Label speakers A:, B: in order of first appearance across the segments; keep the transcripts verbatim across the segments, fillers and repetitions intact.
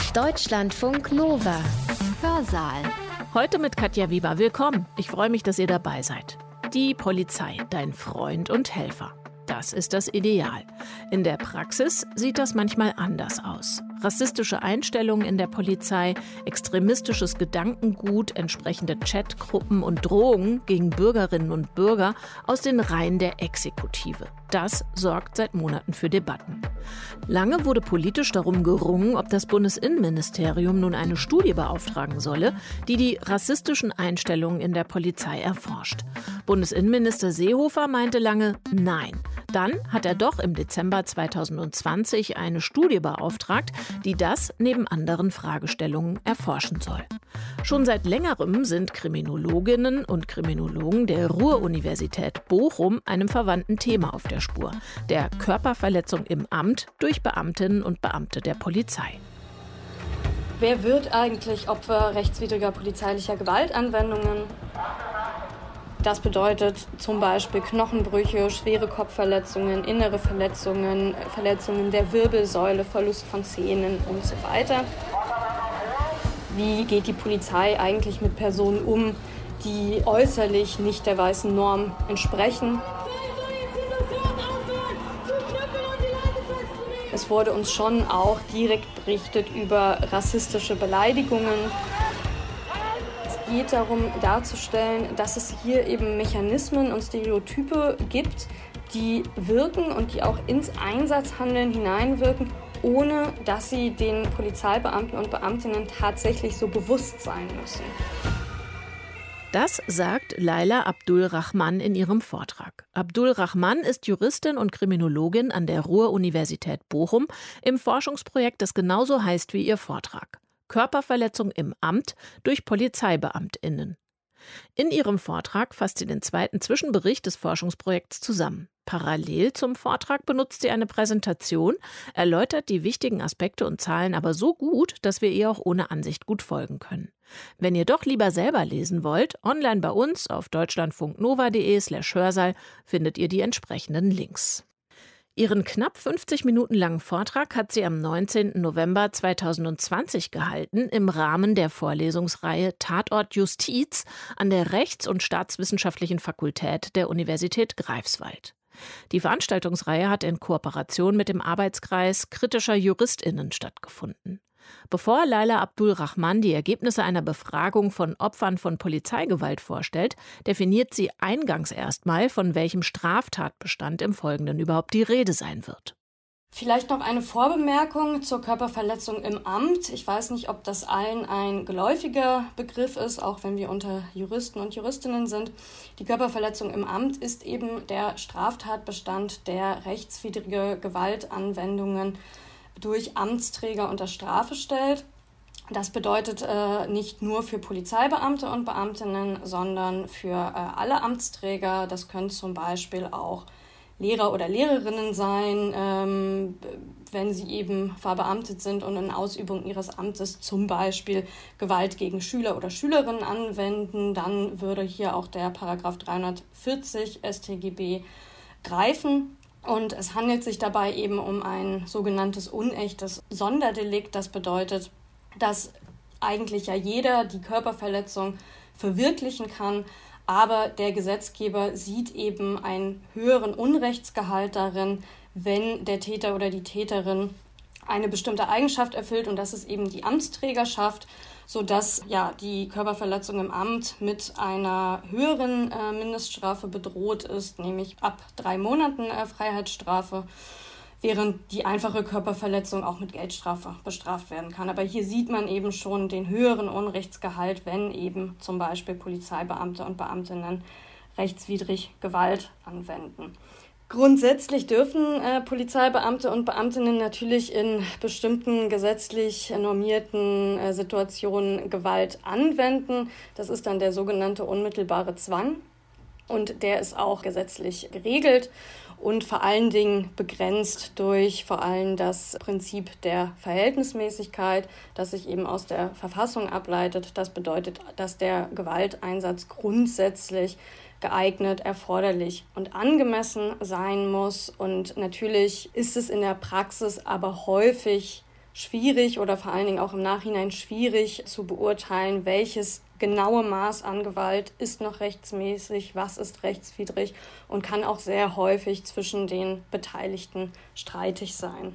A: Deutschlandfunk Nova. Hörsaal.
B: Heute mit Katja Weber. Willkommen. Ich freue mich, dass ihr dabei seid. Die Polizei, dein Freund und Helfer. Das ist das Ideal. In der Praxis sieht das manchmal anders aus. Rassistische Einstellungen in der Polizei, extremistisches Gedankengut, entsprechende Chatgruppen und Drohungen gegen Bürgerinnen und Bürger aus den Reihen der Exekutive. Das sorgt seit Monaten für Debatten. Lange wurde politisch darum gerungen, ob das Bundesinnenministerium nun eine Studie beauftragen solle, die die rassistischen Einstellungen in der Polizei erforscht. Bundesinnenminister Seehofer meinte lange nein. Dann hat er doch im Dezember zweitausendzwanzig eine Studie beauftragt, die das neben anderen Fragestellungen erforschen soll. Schon seit längerem sind Kriminologinnen und Kriminologen der Ruhr-Universität Bochum einem verwandten Thema auf der Spur: der Körperverletzung im Amt durch Beamtinnen und Beamte der Polizei.
C: Wer wird eigentlich Opfer rechtswidriger polizeilicher Gewaltanwendungen? Das bedeutet zum Beispiel Knochenbrüche, schwere Kopfverletzungen, innere Verletzungen, Verletzungen der Wirbelsäule, Verlust von Zähnen und so weiter. Wie geht die Polizei eigentlich mit Personen um, die äußerlich nicht der weißen Norm entsprechen? Es wurde uns schon auch direkt berichtet über rassistische Beleidigungen. Es geht darum, darzustellen, dass es hier eben Mechanismen und Stereotype gibt, die wirken und die auch ins Einsatzhandeln hineinwirken, ohne dass sie den Polizeibeamten und Beamtinnen tatsächlich so bewusst sein müssen.
B: Das sagt Laila Abdul-Rahman in ihrem Vortrag. Abdul-Rahman ist Juristin und Kriminologin an der Ruhr-Universität Bochum im Forschungsprojekt, das genauso heißt wie ihr Vortrag: Körperverletzung im Amt durch PolizeibeamtInnen. In ihrem Vortrag fasst sie den zweiten Zwischenbericht des Forschungsprojekts zusammen. Parallel zum Vortrag benutzt sie eine Präsentation, erläutert die wichtigen Aspekte und Zahlen aber so gut, dass wir ihr auch ohne Ansicht gut folgen können. Wenn ihr doch lieber selber lesen wollt, online bei uns auf deutschlandfunknova.de slash Hörsaal findet ihr die entsprechenden Links. Ihren knapp fünfzig Minuten langen Vortrag hat sie am neunzehnten November zweitausendzwanzig gehalten im Rahmen der Vorlesungsreihe Tatort Justiz an der Rechts- und Staatswissenschaftlichen Fakultät der Universität Greifswald. Die Veranstaltungsreihe hat in Kooperation mit dem Arbeitskreis kritischer JuristInnen stattgefunden. Bevor Laila Abdul-Rahman die Ergebnisse einer Befragung von Opfern von Polizeigewalt vorstellt, definiert sie eingangs erstmal, von welchem Straftatbestand im Folgenden überhaupt die Rede sein wird.
C: Vielleicht noch eine Vorbemerkung zur Körperverletzung im Amt. Ich weiß nicht, ob das allen ein geläufiger Begriff ist, auch wenn wir unter Juristen und Juristinnen sind. Die Körperverletzung im Amt ist eben der Straftatbestand, der rechtswidrige Gewaltanwendungen durch Amtsträger unter Strafe stellt. Das bedeutet äh, nicht nur für Polizeibeamte und Beamtinnen, sondern für äh, alle Amtsträger. Das können zum Beispiel auch Lehrer oder Lehrerinnen sein, ähm, wenn sie eben verbeamtet sind und in Ausübung ihres Amtes zum Beispiel Gewalt gegen Schüler oder Schülerinnen anwenden. Dann würde hier auch der Paragraph dreihundertvierzig S t G B greifen. Und es handelt sich dabei eben um ein sogenanntes unechtes Sonderdelikt. Das bedeutet, dass eigentlich ja jeder die Körperverletzung verwirklichen kann, aber der Gesetzgeber sieht eben einen höheren Unrechtsgehalt darin, wenn der Täter oder die Täterin eine bestimmte Eigenschaft erfüllt, und das ist eben die Amtsträgerschaft, sodass ja die Körperverletzung im Amt mit einer höheren äh, Mindeststrafe bedroht ist, nämlich ab drei Monaten äh, Freiheitsstrafe, während die einfache Körperverletzung auch mit Geldstrafe bestraft werden kann. Aber hier sieht man eben schon den höheren Unrechtsgehalt, wenn eben zum Beispiel Polizeibeamte und Beamtinnen rechtswidrig Gewalt anwenden. Grundsätzlich dürfen äh, Polizeibeamte und Beamtinnen natürlich in bestimmten gesetzlich normierten äh, Situationen Gewalt anwenden. Das ist dann der sogenannte unmittelbare Zwang, und der ist auch gesetzlich geregelt und vor allen Dingen begrenzt durch vor allem das Prinzip der Verhältnismäßigkeit, das sich eben aus der Verfassung ableitet. Das bedeutet, dass der Gewalteinsatz grundsätzlich geeignet, erforderlich und angemessen sein muss. Und natürlich ist es in der Praxis aber häufig schwierig oder vor allen Dingen auch im Nachhinein schwierig zu beurteilen, welches genaue Maß an Gewalt ist noch rechtsmäßig, was ist rechtswidrig und kann auch sehr häufig zwischen den Beteiligten streitig sein.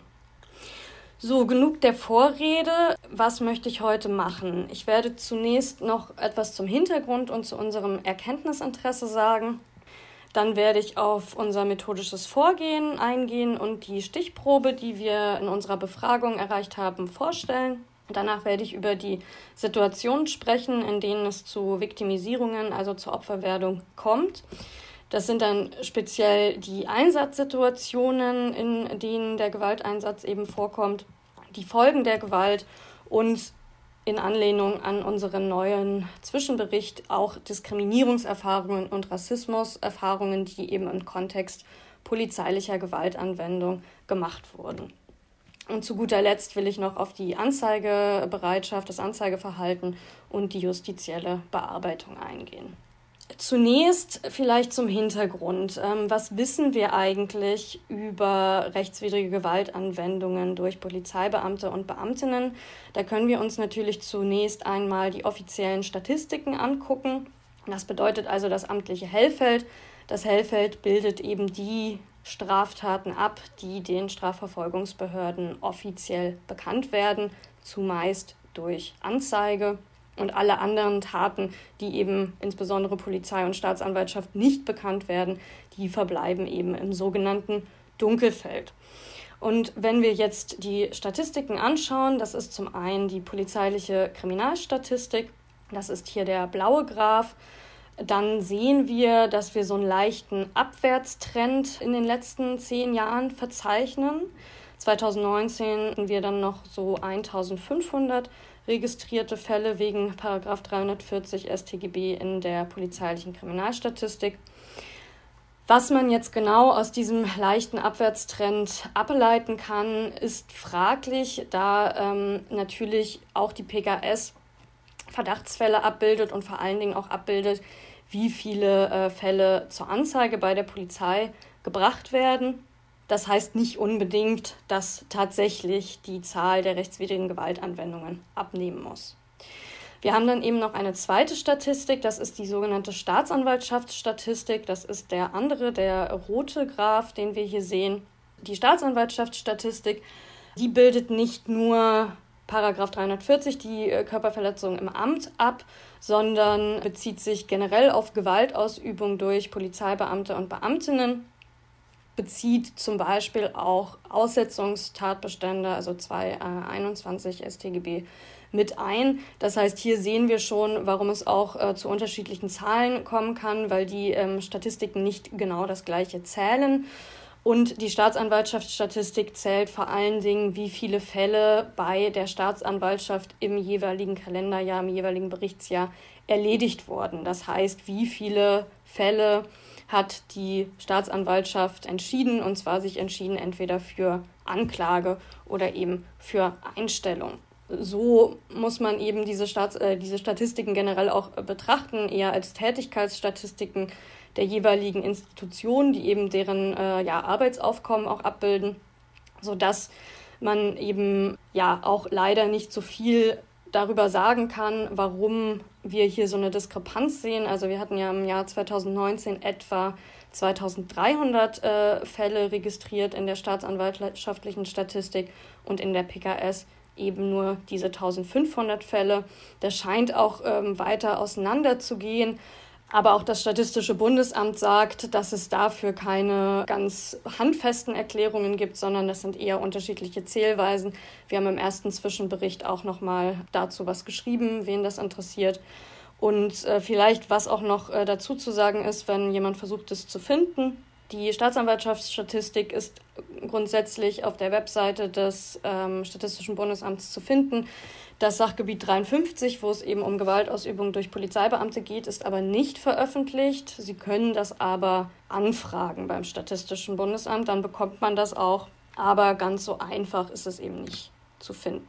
C: So, genug der Vorrede. Was möchte ich heute machen? Ich werde zunächst noch etwas zum Hintergrund und zu unserem Erkenntnisinteresse sagen. Dann werde ich auf unser methodisches Vorgehen eingehen und die Stichprobe, die wir in unserer Befragung erreicht haben, vorstellen. Danach werde ich über die Situationen sprechen, in denen es zu Viktimisierungen, also zur Opferwerdung, kommt. Das sind dann speziell die Einsatzsituationen, in denen der Gewalteinsatz eben vorkommt, die Folgen der Gewalt und in Anlehnung an unseren neuen Zwischenbericht auch Diskriminierungserfahrungen und Rassismuserfahrungen, die eben im Kontext polizeilicher Gewaltanwendung gemacht wurden. Und zu guter Letzt will ich noch auf die Anzeigebereitschaft, das Anzeigeverhalten und die justizielle Bearbeitung eingehen. Zunächst vielleicht zum Hintergrund. Was wissen wir eigentlich über rechtswidrige Gewaltanwendungen durch Polizeibeamte und Beamtinnen? Da können wir uns natürlich zunächst einmal die offiziellen Statistiken angucken. Das bedeutet also das amtliche Hellfeld. Das Hellfeld bildet eben die Straftaten ab, die den Strafverfolgungsbehörden offiziell bekannt werden, zumeist durch Anzeige. Und alle anderen Taten, die eben insbesondere Polizei und Staatsanwaltschaft nicht bekannt werden, die verbleiben eben im sogenannten Dunkelfeld. Und wenn wir jetzt die Statistiken anschauen, das ist zum einen die polizeiliche Kriminalstatistik, das ist hier der blaue Graph, dann sehen wir, dass wir so einen leichten Abwärtstrend in den letzten zehn Jahren verzeichnen. zwanzig neunzehn hatten wir dann noch so eintausendfünfhundert registrierte Fälle wegen Paragraph dreihundertvierzig S t G B in der polizeilichen Kriminalstatistik. Was man jetzt genau aus diesem leichten Abwärtstrend ableiten kann, ist fraglich, da ähm, natürlich auch die P K S Verdachtsfälle abbildet und vor allen Dingen auch abbildet, wie viele äh, Fälle zur Anzeige bei der Polizei gebracht werden. Das heißt nicht unbedingt, dass tatsächlich die Zahl der rechtswidrigen Gewaltanwendungen abnehmen muss. Wir haben dann eben noch eine zweite Statistik, das ist die sogenannte Staatsanwaltschaftsstatistik. Das ist der andere, der rote Graph, den wir hier sehen. Die Staatsanwaltschaftsstatistik, die bildet nicht nur Paragraph dreihundertvierzig, die Körperverletzung im Amt, ab, sondern bezieht sich generell auf Gewaltausübung durch Polizeibeamte und Beamtinnen, bezieht zum Beispiel auch Aussetzungstatbestände, also zweihunderteinundzwanzig S t G B, mit ein. Das heißt, hier sehen wir schon, warum es auch äh, zu unterschiedlichen Zahlen kommen kann, weil die ähm, Statistiken nicht genau das Gleiche zählen. Und die Staatsanwaltschaftsstatistik zählt vor allen Dingen, wie viele Fälle bei der Staatsanwaltschaft im jeweiligen Kalenderjahr, im jeweiligen Berichtsjahr erledigt wurden. Das heißt, wie viele Fälle hat die Staatsanwaltschaft entschieden, und zwar sich entschieden entweder für Anklage oder eben für Einstellung. So muss man eben diese, Staats-, äh, diese Statistiken generell auch betrachten, eher als Tätigkeitsstatistiken der jeweiligen Institutionen, die eben deren äh, ja, Arbeitsaufkommen auch abbilden, sodass man eben ja auch leider nicht so viel darüber sagen kann, warum wir hier so eine Diskrepanz sehen. Also wir hatten ja im Jahr zweitausendneunzehn etwa zweitausenddreihundert äh, Fälle registriert in der staatsanwaltschaftlichen Statistik und in der P K S eben nur diese eintausendfünfhundert Fälle. Das scheint auch ähm, weiter auseinander zu gehen. Aber auch das Statistische Bundesamt sagt, dass es dafür keine ganz handfesten Erklärungen gibt, sondern das sind eher unterschiedliche Zählweisen. Wir haben im ersten Zwischenbericht auch nochmal dazu was geschrieben, wen das interessiert. Und äh, vielleicht, was auch noch äh, dazu zu sagen ist, wenn jemand versucht, es zu finden. Die Staatsanwaltschaftsstatistik ist grundsätzlich auf der Webseite des ähm, Statistischen Bundesamts zu finden. Das Sachgebiet dreiundfünfzig, wo es eben um Gewaltausübung durch Polizeibeamte geht, ist aber nicht veröffentlicht. Sie können das aber anfragen beim Statistischen Bundesamt, dann bekommt man das auch. Aber ganz so einfach ist es eben nicht zu finden.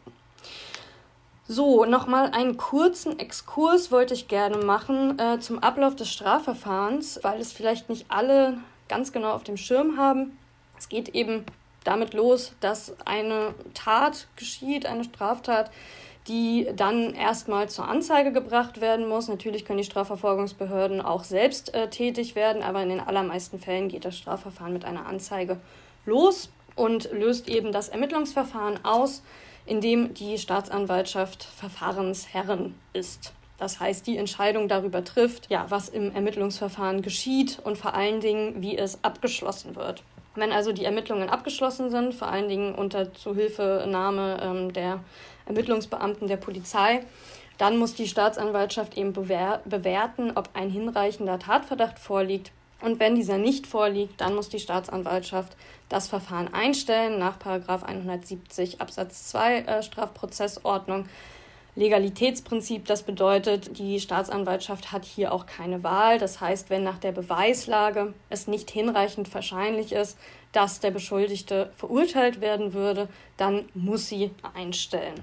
C: So, nochmal einen kurzen Exkurs wollte ich gerne machen äh, zum Ablauf des Strafverfahrens, weil es vielleicht nicht alle ganz genau auf dem Schirm haben. Es geht eben damit los, dass eine Tat geschieht, eine Straftat, die dann erstmal zur Anzeige gebracht werden muss. Natürlich können die Strafverfolgungsbehörden auch selbst äh, tätig werden, aber in den allermeisten Fällen geht das Strafverfahren mit einer Anzeige los und löst eben das Ermittlungsverfahren aus, in dem die Staatsanwaltschaft Verfahrensherrin ist. Das heißt, die Entscheidung darüber trifft, ja, was im Ermittlungsverfahren geschieht und vor allen Dingen, wie es abgeschlossen wird. Wenn also die Ermittlungen abgeschlossen sind, vor allen Dingen unter Zuhilfenahme ähm, der Ermittlungsbeamten der Polizei, dann muss die Staatsanwaltschaft eben bewer- bewerten, ob ein hinreichender Tatverdacht vorliegt. Und wenn dieser nicht vorliegt, dann muss die Staatsanwaltschaft das Verfahren einstellen nach Paragraph hundertsiebzig Absatz zwei äh, Strafprozessordnung. Legalitätsprinzip, das bedeutet, die Staatsanwaltschaft hat hier auch keine Wahl. Das heißt, wenn nach der Beweislage es nicht hinreichend wahrscheinlich ist, dass der Beschuldigte verurteilt werden würde, dann muss sie einstellen.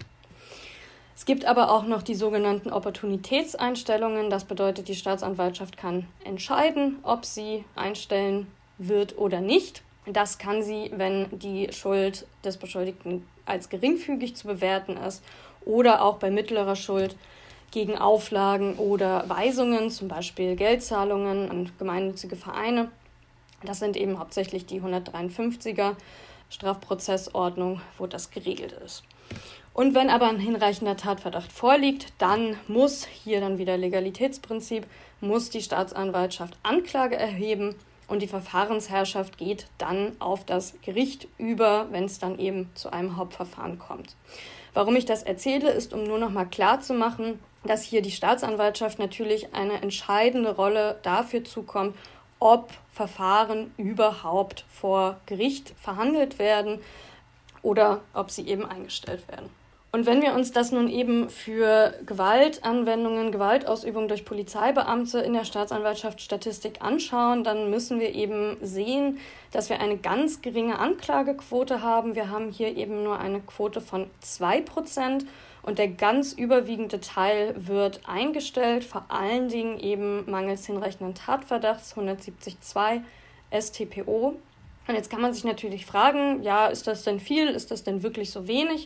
C: Es gibt aber auch noch die sogenannten Opportunitätseinstellungen. Das bedeutet, die Staatsanwaltschaft kann entscheiden, ob sie einstellen wird oder nicht. Das kann sie, wenn die Schuld des Beschuldigten als geringfügig zu bewerten ist oder auch bei mittlerer Schuld gegen Auflagen oder Weisungen, zum Beispiel Geldzahlungen an gemeinnützige Vereine. Das sind eben hauptsächlich die hundertdreiundfünfziger Strafprozessordnung, wo das geregelt ist. Und wenn aber ein hinreichender Tatverdacht vorliegt, dann muss, hier dann wieder Legalitätsprinzip, muss die Staatsanwaltschaft Anklage erheben und die Verfahrensherrschaft geht dann auf das Gericht über, wenn es dann eben zu einem Hauptverfahren kommt. Warum ich das erzähle, ist, um nur noch mal klarzumachen, dass hier die Staatsanwaltschaft natürlich eine entscheidende Rolle dafür zukommt, ob Verfahren überhaupt vor Gericht verhandelt werden oder ob sie eben eingestellt werden. Und wenn wir uns das nun eben für Gewaltanwendungen, Gewaltausübung durch Polizeibeamte in der Staatsanwaltschaftsstatistik anschauen, dann müssen wir eben sehen, dass wir eine ganz geringe Anklagequote haben. Wir haben hier eben nur eine Quote von zwei Prozent und der ganz überwiegende Teil wird eingestellt, vor allen Dingen eben mangels hinreichenden Tatverdachts, hundertsiebzig zwei S t p o. Und jetzt kann man sich natürlich fragen, ja, ist das denn viel, ist das denn wirklich so wenig?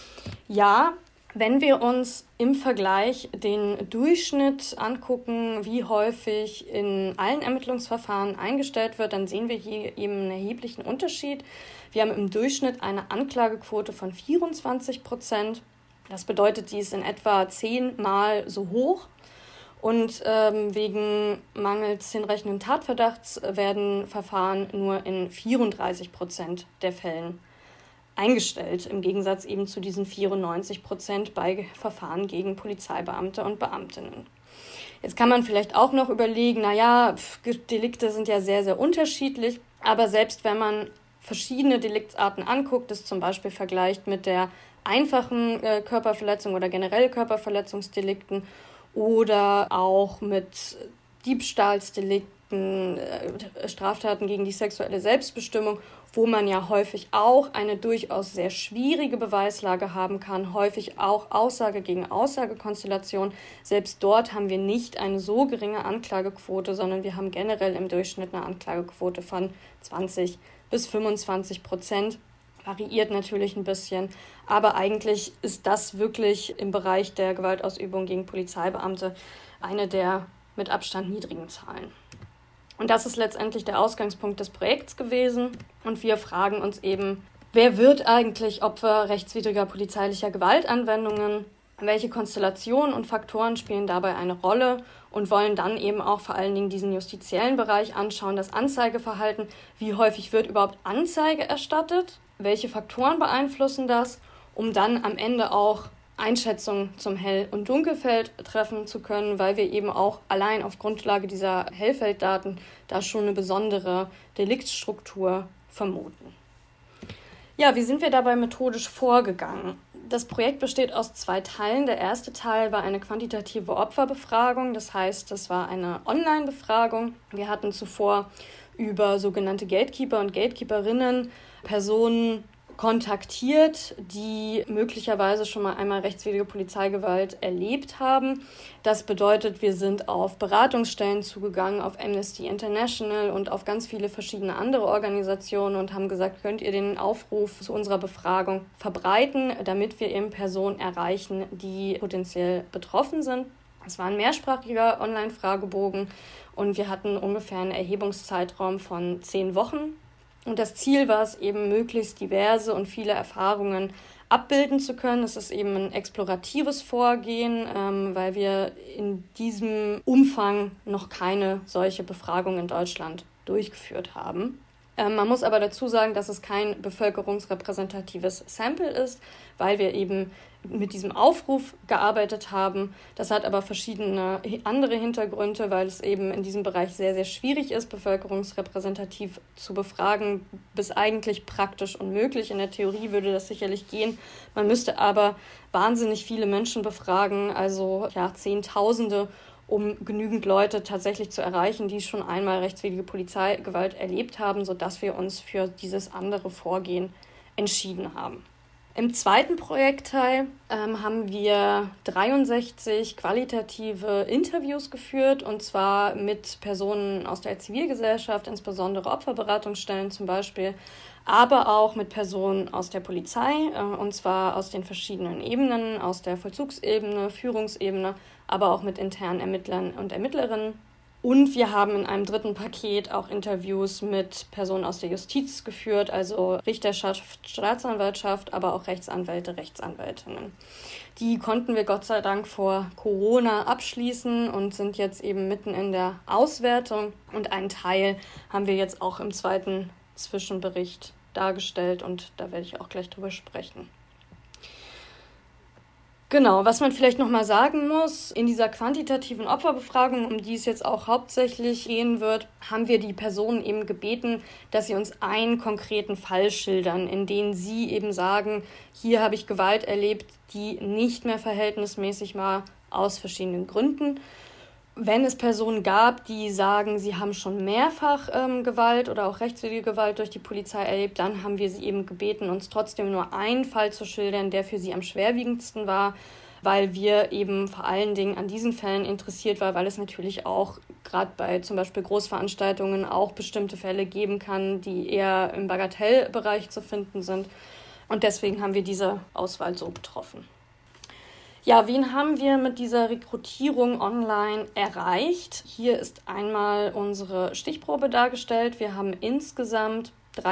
C: Ja, wenn wir uns im Vergleich den Durchschnitt angucken, wie häufig in allen Ermittlungsverfahren eingestellt wird, dann sehen wir hier eben einen erheblichen Unterschied. Wir haben im Durchschnitt eine Anklagequote von vierundzwanzig Prozent. Das bedeutet, die ist in etwa zehnmal so hoch. Und ähm, wegen mangels hinreichenden Tatverdachts werden Verfahren nur in vierunddreißig Prozent der Fällen eingestellt, im Gegensatz eben zu diesen vierundneunzig Prozent bei Verfahren gegen Polizeibeamte und Beamtinnen. Jetzt kann man vielleicht auch noch überlegen, naja, Delikte sind ja sehr, sehr unterschiedlich, aber selbst wenn man verschiedene Deliktsarten anguckt, das zum Beispiel vergleicht mit der einfachen äh, Körperverletzung oder generell Körperverletzungsdelikten oder auch mit Diebstahlsdelikten, äh, Straftaten gegen die sexuelle Selbstbestimmung, wo man ja häufig auch eine durchaus sehr schwierige Beweislage haben kann, häufig auch Aussage gegen Aussagekonstellation. Selbst dort haben wir nicht eine so geringe Anklagequote, sondern wir haben generell im Durchschnitt eine Anklagequote von zwanzig bis fünfundzwanzig Prozent. Variiert natürlich ein bisschen, aber eigentlich ist das wirklich im Bereich der Gewaltausübung gegen Polizeibeamte eine der mit Abstand niedrigen Zahlen. Und das ist letztendlich der Ausgangspunkt des Projekts gewesen. Und wir fragen uns eben, wer wird eigentlich Opfer rechtswidriger polizeilicher Gewaltanwendungen? Welche Konstellationen und Faktoren spielen dabei eine Rolle? Und wollen dann eben auch vor allen Dingen diesen justiziellen Bereich anschauen, das Anzeigeverhalten. Wie häufig wird überhaupt Anzeige erstattet? Welche Faktoren beeinflussen das? Um dann am Ende auch Einschätzungen zum Hell- und Dunkelfeld treffen zu können, weil wir eben auch allein auf Grundlage dieser Hellfelddaten da schon eine besondere Deliktsstruktur vermuten. Ja, wie sind wir dabei methodisch vorgegangen? Das Projekt besteht aus zwei Teilen. Der erste Teil war eine quantitative Opferbefragung, das heißt, das war eine Online-Befragung. Wir hatten zuvor über sogenannte Gatekeeper und Gatekeeperinnen Personen kontaktiert, die möglicherweise schon mal einmal rechtswidrige Polizeigewalt erlebt haben. Das bedeutet, wir sind auf Beratungsstellen zugegangen, auf Amnesty International und auf ganz viele verschiedene andere Organisationen und haben gesagt, könnt ihr den Aufruf zu unserer Befragung verbreiten, damit wir eben Personen erreichen, die potenziell betroffen sind. Es war ein mehrsprachiger Online-Fragebogen und wir hatten ungefähr einen Erhebungszeitraum von zehn Wochen. Und das Ziel war es eben, möglichst diverse und viele Erfahrungen abbilden zu können. Es ist eben ein exploratives Vorgehen, ähm, weil wir in diesem Umfang noch keine solche Befragung in Deutschland durchgeführt haben. Ähm, man muss aber dazu sagen, dass es kein bevölkerungsrepräsentatives Sample ist, weil wir eben mit diesem Aufruf gearbeitet haben. Das hat aber verschiedene andere Hintergründe, weil es eben in diesem Bereich sehr, sehr schwierig ist, bevölkerungsrepräsentativ zu befragen, bis eigentlich praktisch unmöglich. In der Theorie würde das sicherlich gehen. Man müsste aber wahnsinnig viele Menschen befragen, also ja, Zehntausende, um genügend Leute tatsächlich zu erreichen, die schon einmal rechtswidrige Polizeigewalt erlebt haben, sodass wir uns für dieses andere Vorgehen entschieden haben. Im zweiten Projektteil ähm, haben wir dreiundsechzig qualitative Interviews geführt, und zwar mit Personen aus der Zivilgesellschaft, insbesondere Opferberatungsstellen zum Beispiel, aber auch mit Personen aus der Polizei, äh, und zwar aus den verschiedenen Ebenen, aus der Vollzugsebene, Führungsebene, aber auch mit internen Ermittlern und Ermittlerinnen. Und wir haben in einem dritten Paket auch Interviews mit Personen aus der Justiz geführt, also Richterschaft, Staatsanwaltschaft, aber auch Rechtsanwälte, Rechtsanwältinnen. Die konnten wir Gott sei Dank vor Corona abschließen und sind jetzt eben mitten in der Auswertung. Und einen Teil haben wir jetzt auch im zweiten Zwischenbericht dargestellt und da werde ich auch gleich drüber sprechen. Genau, was man vielleicht nochmal sagen muss, in dieser quantitativen Opferbefragung, um die es jetzt auch hauptsächlich gehen wird, haben wir die Personen eben gebeten, dass sie uns einen konkreten Fall schildern, in dem sie eben sagen, hier habe ich Gewalt erlebt, die nicht mehr verhältnismäßig war, aus verschiedenen Gründen. Wenn es Personen gab, die sagen, sie haben schon mehrfach ähm, Gewalt oder auch rechtswidrige Gewalt durch die Polizei erlebt, dann haben wir sie eben gebeten, uns trotzdem nur einen Fall zu schildern, der für sie am schwerwiegendsten war, weil wir eben vor allen Dingen an diesen Fällen interessiert waren, weil es natürlich auch gerade bei zum Beispiel Großveranstaltungen auch bestimmte Fälle geben kann, die eher im Bagatellbereich zu finden sind. Und deswegen haben wir diese Auswahl so getroffen. Ja, wen haben wir mit dieser Rekrutierung online erreicht? Hier ist einmal unsere Stichprobe dargestellt. Wir haben insgesamt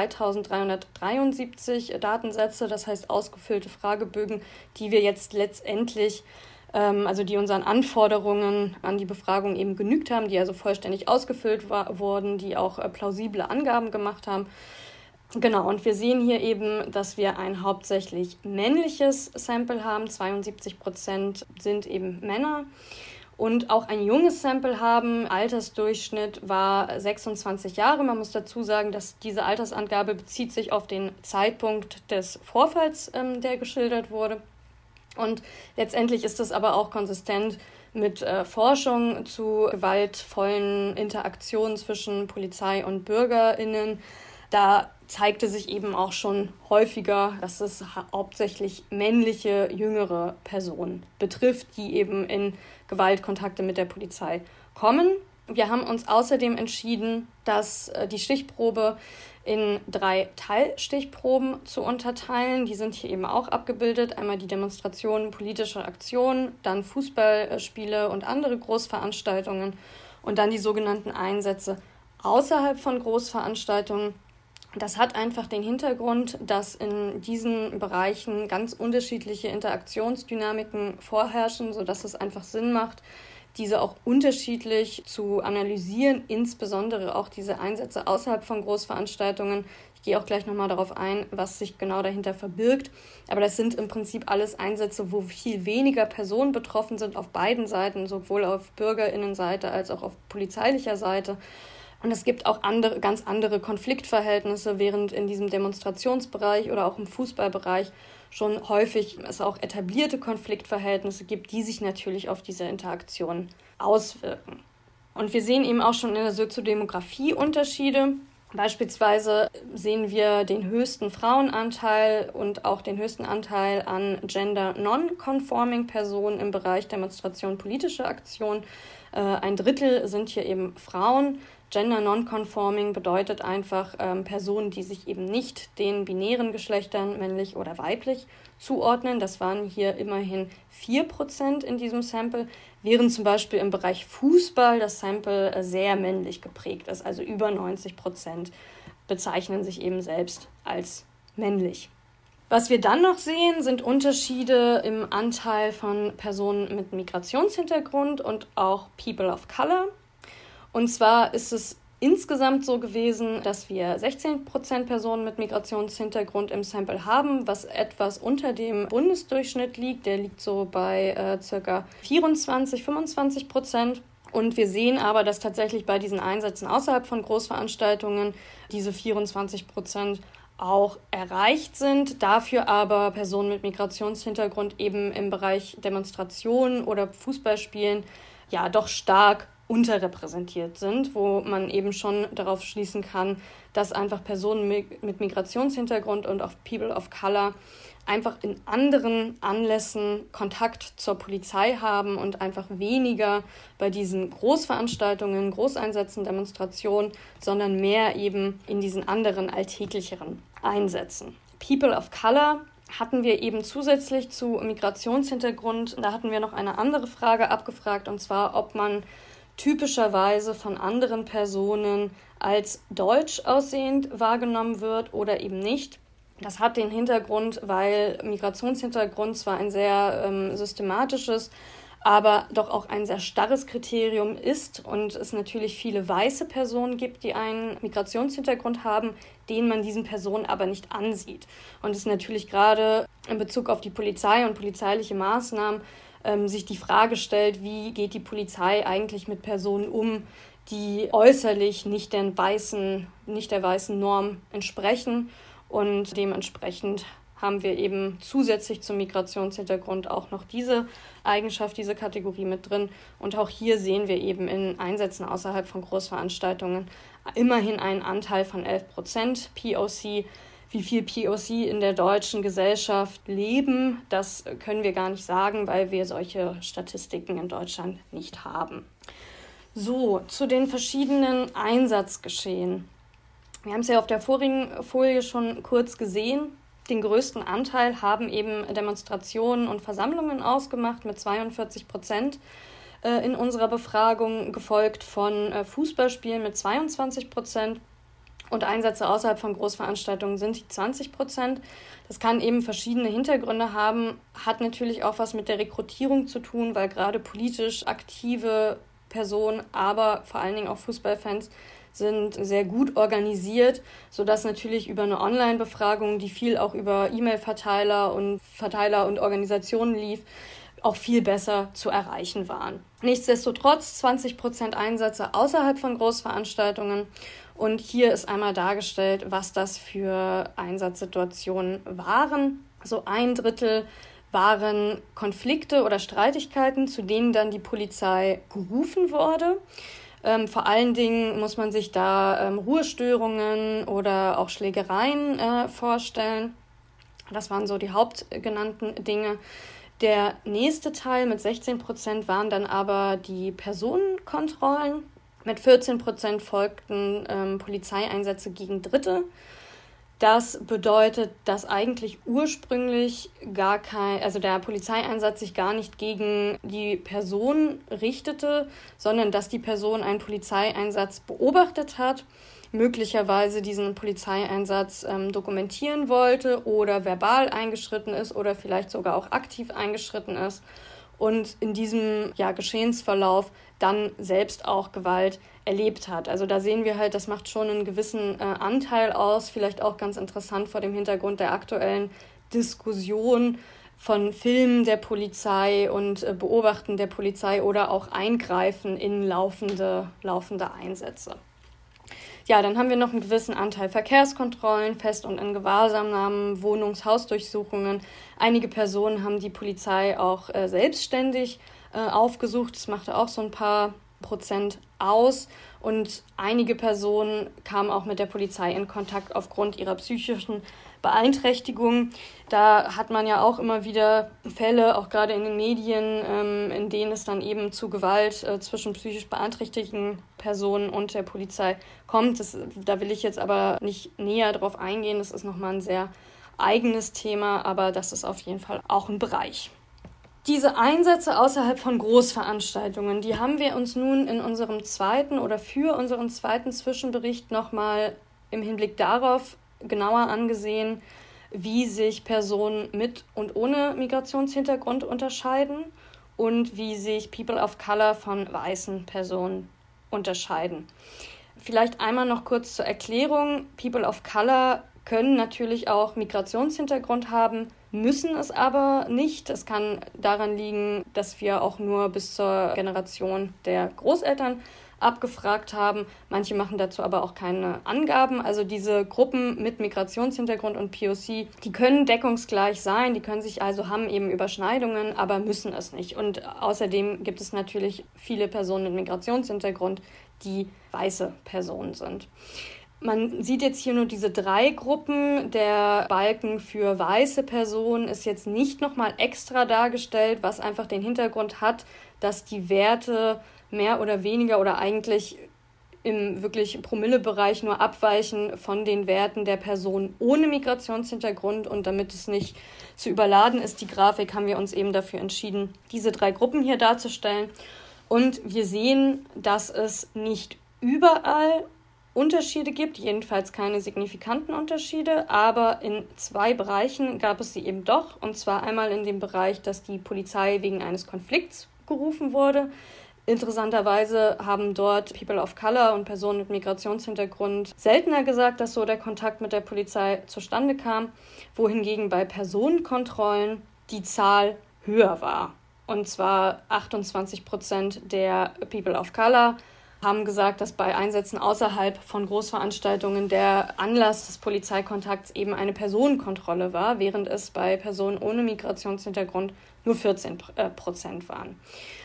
C: dreitausenddreihundertdreiundsiebzig Datensätze, das heißt ausgefüllte Fragebögen, die wir jetzt letztendlich, ähm, also die unseren Anforderungen an die Befragung eben genügt haben, die also vollständig ausgefüllt war, wurden, die auch äh, plausible Angaben gemacht haben. Genau, und wir sehen hier eben, dass wir ein hauptsächlich männliches Sample haben, zweiundsiebzig Prozent sind eben Männer, und auch ein junges Sample haben. Altersdurchschnitt war sechsundzwanzig Jahre. Man muss dazu sagen, dass diese Altersangabe bezieht sich auf den Zeitpunkt des Vorfalls, ähm, der geschildert wurde. Und letztendlich ist das aber auch konsistent mit äh, Forschung zu gewaltvollen Interaktionen zwischen Polizei und BürgerInnen. Da zeigte sich eben auch schon häufiger, dass es hauptsächlich männliche, jüngere Personen betrifft, die eben in Gewaltkontakte mit der Polizei kommen. Wir haben uns außerdem entschieden, dass die Stichprobe in drei Teilstichproben zu unterteilen. Die sind hier eben auch abgebildet. Einmal die Demonstrationen, politische Aktionen, dann Fußballspiele und andere Großveranstaltungen und dann die sogenannten Einsätze außerhalb von Großveranstaltungen. Das hat einfach den Hintergrund, dass in diesen Bereichen ganz unterschiedliche Interaktionsdynamiken vorherrschen, sodass es einfach Sinn macht, diese auch unterschiedlich zu analysieren, insbesondere auch diese Einsätze außerhalb von Großveranstaltungen. Ich gehe auch gleich nochmal darauf ein, was sich genau dahinter verbirgt. Aber das sind im Prinzip alles Einsätze, wo viel weniger Personen betroffen sind auf beiden Seiten, sowohl auf BürgerInnenseite als auch auf polizeilicher Seite. Und es gibt auch andere, ganz andere Konfliktverhältnisse, während in diesem Demonstrationsbereich oder auch im Fußballbereich schon häufig es auch etablierte Konfliktverhältnisse gibt, die sich natürlich auf diese Interaktion auswirken. Und wir sehen eben auch schon in der Soziodemografie Unterschiede. Beispielsweise sehen wir den höchsten Frauenanteil und auch den höchsten Anteil an gender-non-conforming Personen im Bereich Demonstration politischer Aktion. Äh, ein Drittel sind hier eben Frauen. Gender non-conforming bedeutet einfach ähm, Personen, die sich eben nicht den binären Geschlechtern, männlich oder weiblich, zuordnen. Das waren hier immerhin vier Prozent in diesem Sample, während zum Beispiel im Bereich Fußball das Sample äh, sehr männlich geprägt ist. Also über neunzig Prozent bezeichnen sich eben selbst als männlich. Was wir dann noch sehen, sind Unterschiede im Anteil von Personen mit Migrationshintergrund und auch People of Color. Und zwar ist es insgesamt so gewesen, dass wir sechzehn Prozent Personen mit Migrationshintergrund im Sample haben, was etwas unter dem Bundesdurchschnitt liegt. Der liegt so bei äh, ca. vierundzwanzig, fünfundzwanzig Prozent. Und wir sehen aber, dass tatsächlich bei diesen Einsätzen außerhalb von Großveranstaltungen diese vierundzwanzig Prozent auch erreicht sind. Dafür aber Personen mit Migrationshintergrund eben im Bereich Demonstrationen oder Fußballspielen ja doch stark unterrepräsentiert sind, wo man eben schon darauf schließen kann, dass einfach Personen mit Migrationshintergrund und auch People of Color einfach in anderen Anlässen Kontakt zur Polizei haben und einfach weniger bei diesen Großveranstaltungen, Großeinsätzen, Demonstrationen, sondern mehr eben in diesen anderen alltäglicheren Einsätzen. People of Color hatten wir eben zusätzlich zu Migrationshintergrund, da hatten wir noch eine andere Frage abgefragt, und zwar, ob man typischerweise von anderen Personen als deutsch aussehend wahrgenommen wird oder eben nicht. Das hat den Hintergrund, weil Migrationshintergrund zwar ein sehr ähm, systematisches, aber doch auch ein sehr starres Kriterium ist und es natürlich viele weiße Personen gibt, die einen Migrationshintergrund haben, den man diesen Personen aber nicht ansieht. Und es natürlich gerade in Bezug auf die Polizei und polizeiliche Maßnahmen ähm, sich die Frage stellt, wie geht die Polizei eigentlich mit Personen um, die äußerlich nicht der weißen, nicht der weißen Norm entsprechen. Und dementsprechend haben wir eben zusätzlich zum Migrationshintergrund auch noch diese Eigenschaft, diese Kategorie mit drin. Und auch hier sehen wir eben in Einsätzen außerhalb von Großveranstaltungen immerhin einen Anteil von elf Prozent P O C. Wie viel P O C in der deutschen Gesellschaft leben, das können wir gar nicht sagen, weil wir solche Statistiken in Deutschland nicht haben. So, zu den verschiedenen Einsatzgeschehen. Wir haben es ja auf der vorigen Folie schon kurz gesehen. Den größten Anteil haben eben Demonstrationen und Versammlungen ausgemacht mit zweiundvierzig Prozent äh, in unserer Befragung, gefolgt von äh, Fußballspielen mit zweiundzwanzig Prozent und Einsätze außerhalb von Großveranstaltungen sind die zwanzig Prozent. Das kann eben verschiedene Hintergründe haben, hat natürlich auch was mit der Rekrutierung zu tun, weil gerade politisch aktive Personen, aber vor allen Dingen auch Fußballfans sind sehr gut organisiert, sodass natürlich über eine Online-Befragung, die viel auch über E-Mail-Verteiler und Verteiler und Organisationen lief, auch viel besser zu erreichen waren. Nichtsdestotrotz zwanzig Prozent Einsätze außerhalb von Großveranstaltungen. Und hier ist einmal dargestellt, was das für Einsatzsituationen waren. So ein Drittel waren Konflikte oder Streitigkeiten, zu denen dann die Polizei gerufen wurde. Ähm, vor allen Dingen muss man sich da ähm, Ruhestörungen oder auch Schlägereien äh, vorstellen. Das waren so die hauptgenannten Dinge. Der nächste Teil mit sechzehn Prozent waren dann aber die Personenkontrollen. Mit vierzehn Prozent folgten ähm, Polizeieinsätze gegen Dritte. Das bedeutet, dass eigentlich ursprünglich gar kein, also der Polizeieinsatz sich gar nicht gegen die Person richtete, sondern dass die Person einen Polizeieinsatz beobachtet hat, möglicherweise diesen Polizeieinsatz ähm, dokumentieren wollte oder verbal eingeschritten ist oder vielleicht sogar auch aktiv eingeschritten ist und in diesem ja, Geschehensverlauf dann selbst auch Gewalt erlebt hat. Also da sehen wir halt, das macht schon einen gewissen äh, Anteil aus, vielleicht auch ganz interessant vor dem Hintergrund der aktuellen Diskussion von Filmen der Polizei und äh, Beobachten der Polizei oder auch Eingreifen in laufende, laufende Einsätze. Ja, dann haben wir noch einen gewissen Anteil Verkehrskontrollen, Fest- und Ingewahrsamnahmen, Wohnungs-, Hausdurchsuchungen. Einige Personen haben die Polizei auch äh, selbstständig äh, aufgesucht. Das machte auch so ein paar Prozent aus und einige Personen kamen auch mit der Polizei in Kontakt aufgrund ihrer psychischen Beeinträchtigung. Da hat man ja auch immer wieder Fälle, auch gerade in den Medien, ähm, in denen es dann eben zu Gewalt äh, zwischen psychisch beeinträchtigten Personen und der Polizei kommt. Das, da will ich jetzt aber nicht näher drauf eingehen. Das ist nochmal ein sehr eigenes Thema, aber das ist auf jeden Fall auch ein Bereich. Diese Einsätze außerhalb von Großveranstaltungen, die haben wir uns nun in unserem zweiten oder für unseren zweiten Zwischenbericht nochmal im Hinblick darauf genauer angesehen, wie sich Personen mit und ohne Migrationshintergrund unterscheiden und wie sich People of Color von weißen Personen unterscheiden. Vielleicht einmal noch kurz zur Erklärung. People of Color können natürlich auch Migrationshintergrund haben, müssen es aber nicht. Es kann daran liegen, dass wir auch nur bis zur Generation der Großeltern abgefragt haben. Manche machen dazu aber auch keine Angaben. Also diese Gruppen mit Migrationshintergrund und P O C, die können deckungsgleich sein, die können sich also haben eben Überschneidungen, aber müssen es nicht. Und außerdem gibt es natürlich viele Personen mit Migrationshintergrund, die weiße Personen sind. Man sieht jetzt hier nur diese drei Gruppen. Der Balken für weiße Personen ist jetzt nicht nochmal extra dargestellt, was einfach den Hintergrund hat, dass die Werte mehr oder weniger oder eigentlich im wirklich Promillebereich nur abweichen von den Werten der Person ohne Migrationshintergrund. Und damit es nicht zu überladen ist, die Grafik, haben wir uns eben dafür entschieden, diese drei Gruppen hier darzustellen. Und wir sehen, dass es nicht überall Unterschiede gibt, jedenfalls keine signifikanten Unterschiede, aber in zwei Bereichen gab es sie eben doch, und zwar einmal in dem Bereich, dass die Polizei wegen eines Konflikts gerufen wurde. Interessanterweise haben dort People of Color und Personen mit Migrationshintergrund seltener gesagt, dass so der Kontakt mit der Polizei zustande kam, wohingegen bei Personenkontrollen die Zahl höher war. Und zwar achtundzwanzig Prozent der People of Color haben gesagt, dass bei Einsätzen außerhalb von Großveranstaltungen der Anlass des Polizeikontakts eben eine Personenkontrolle war, während es bei Personen ohne Migrationshintergrund nur vierzehn Prozent waren.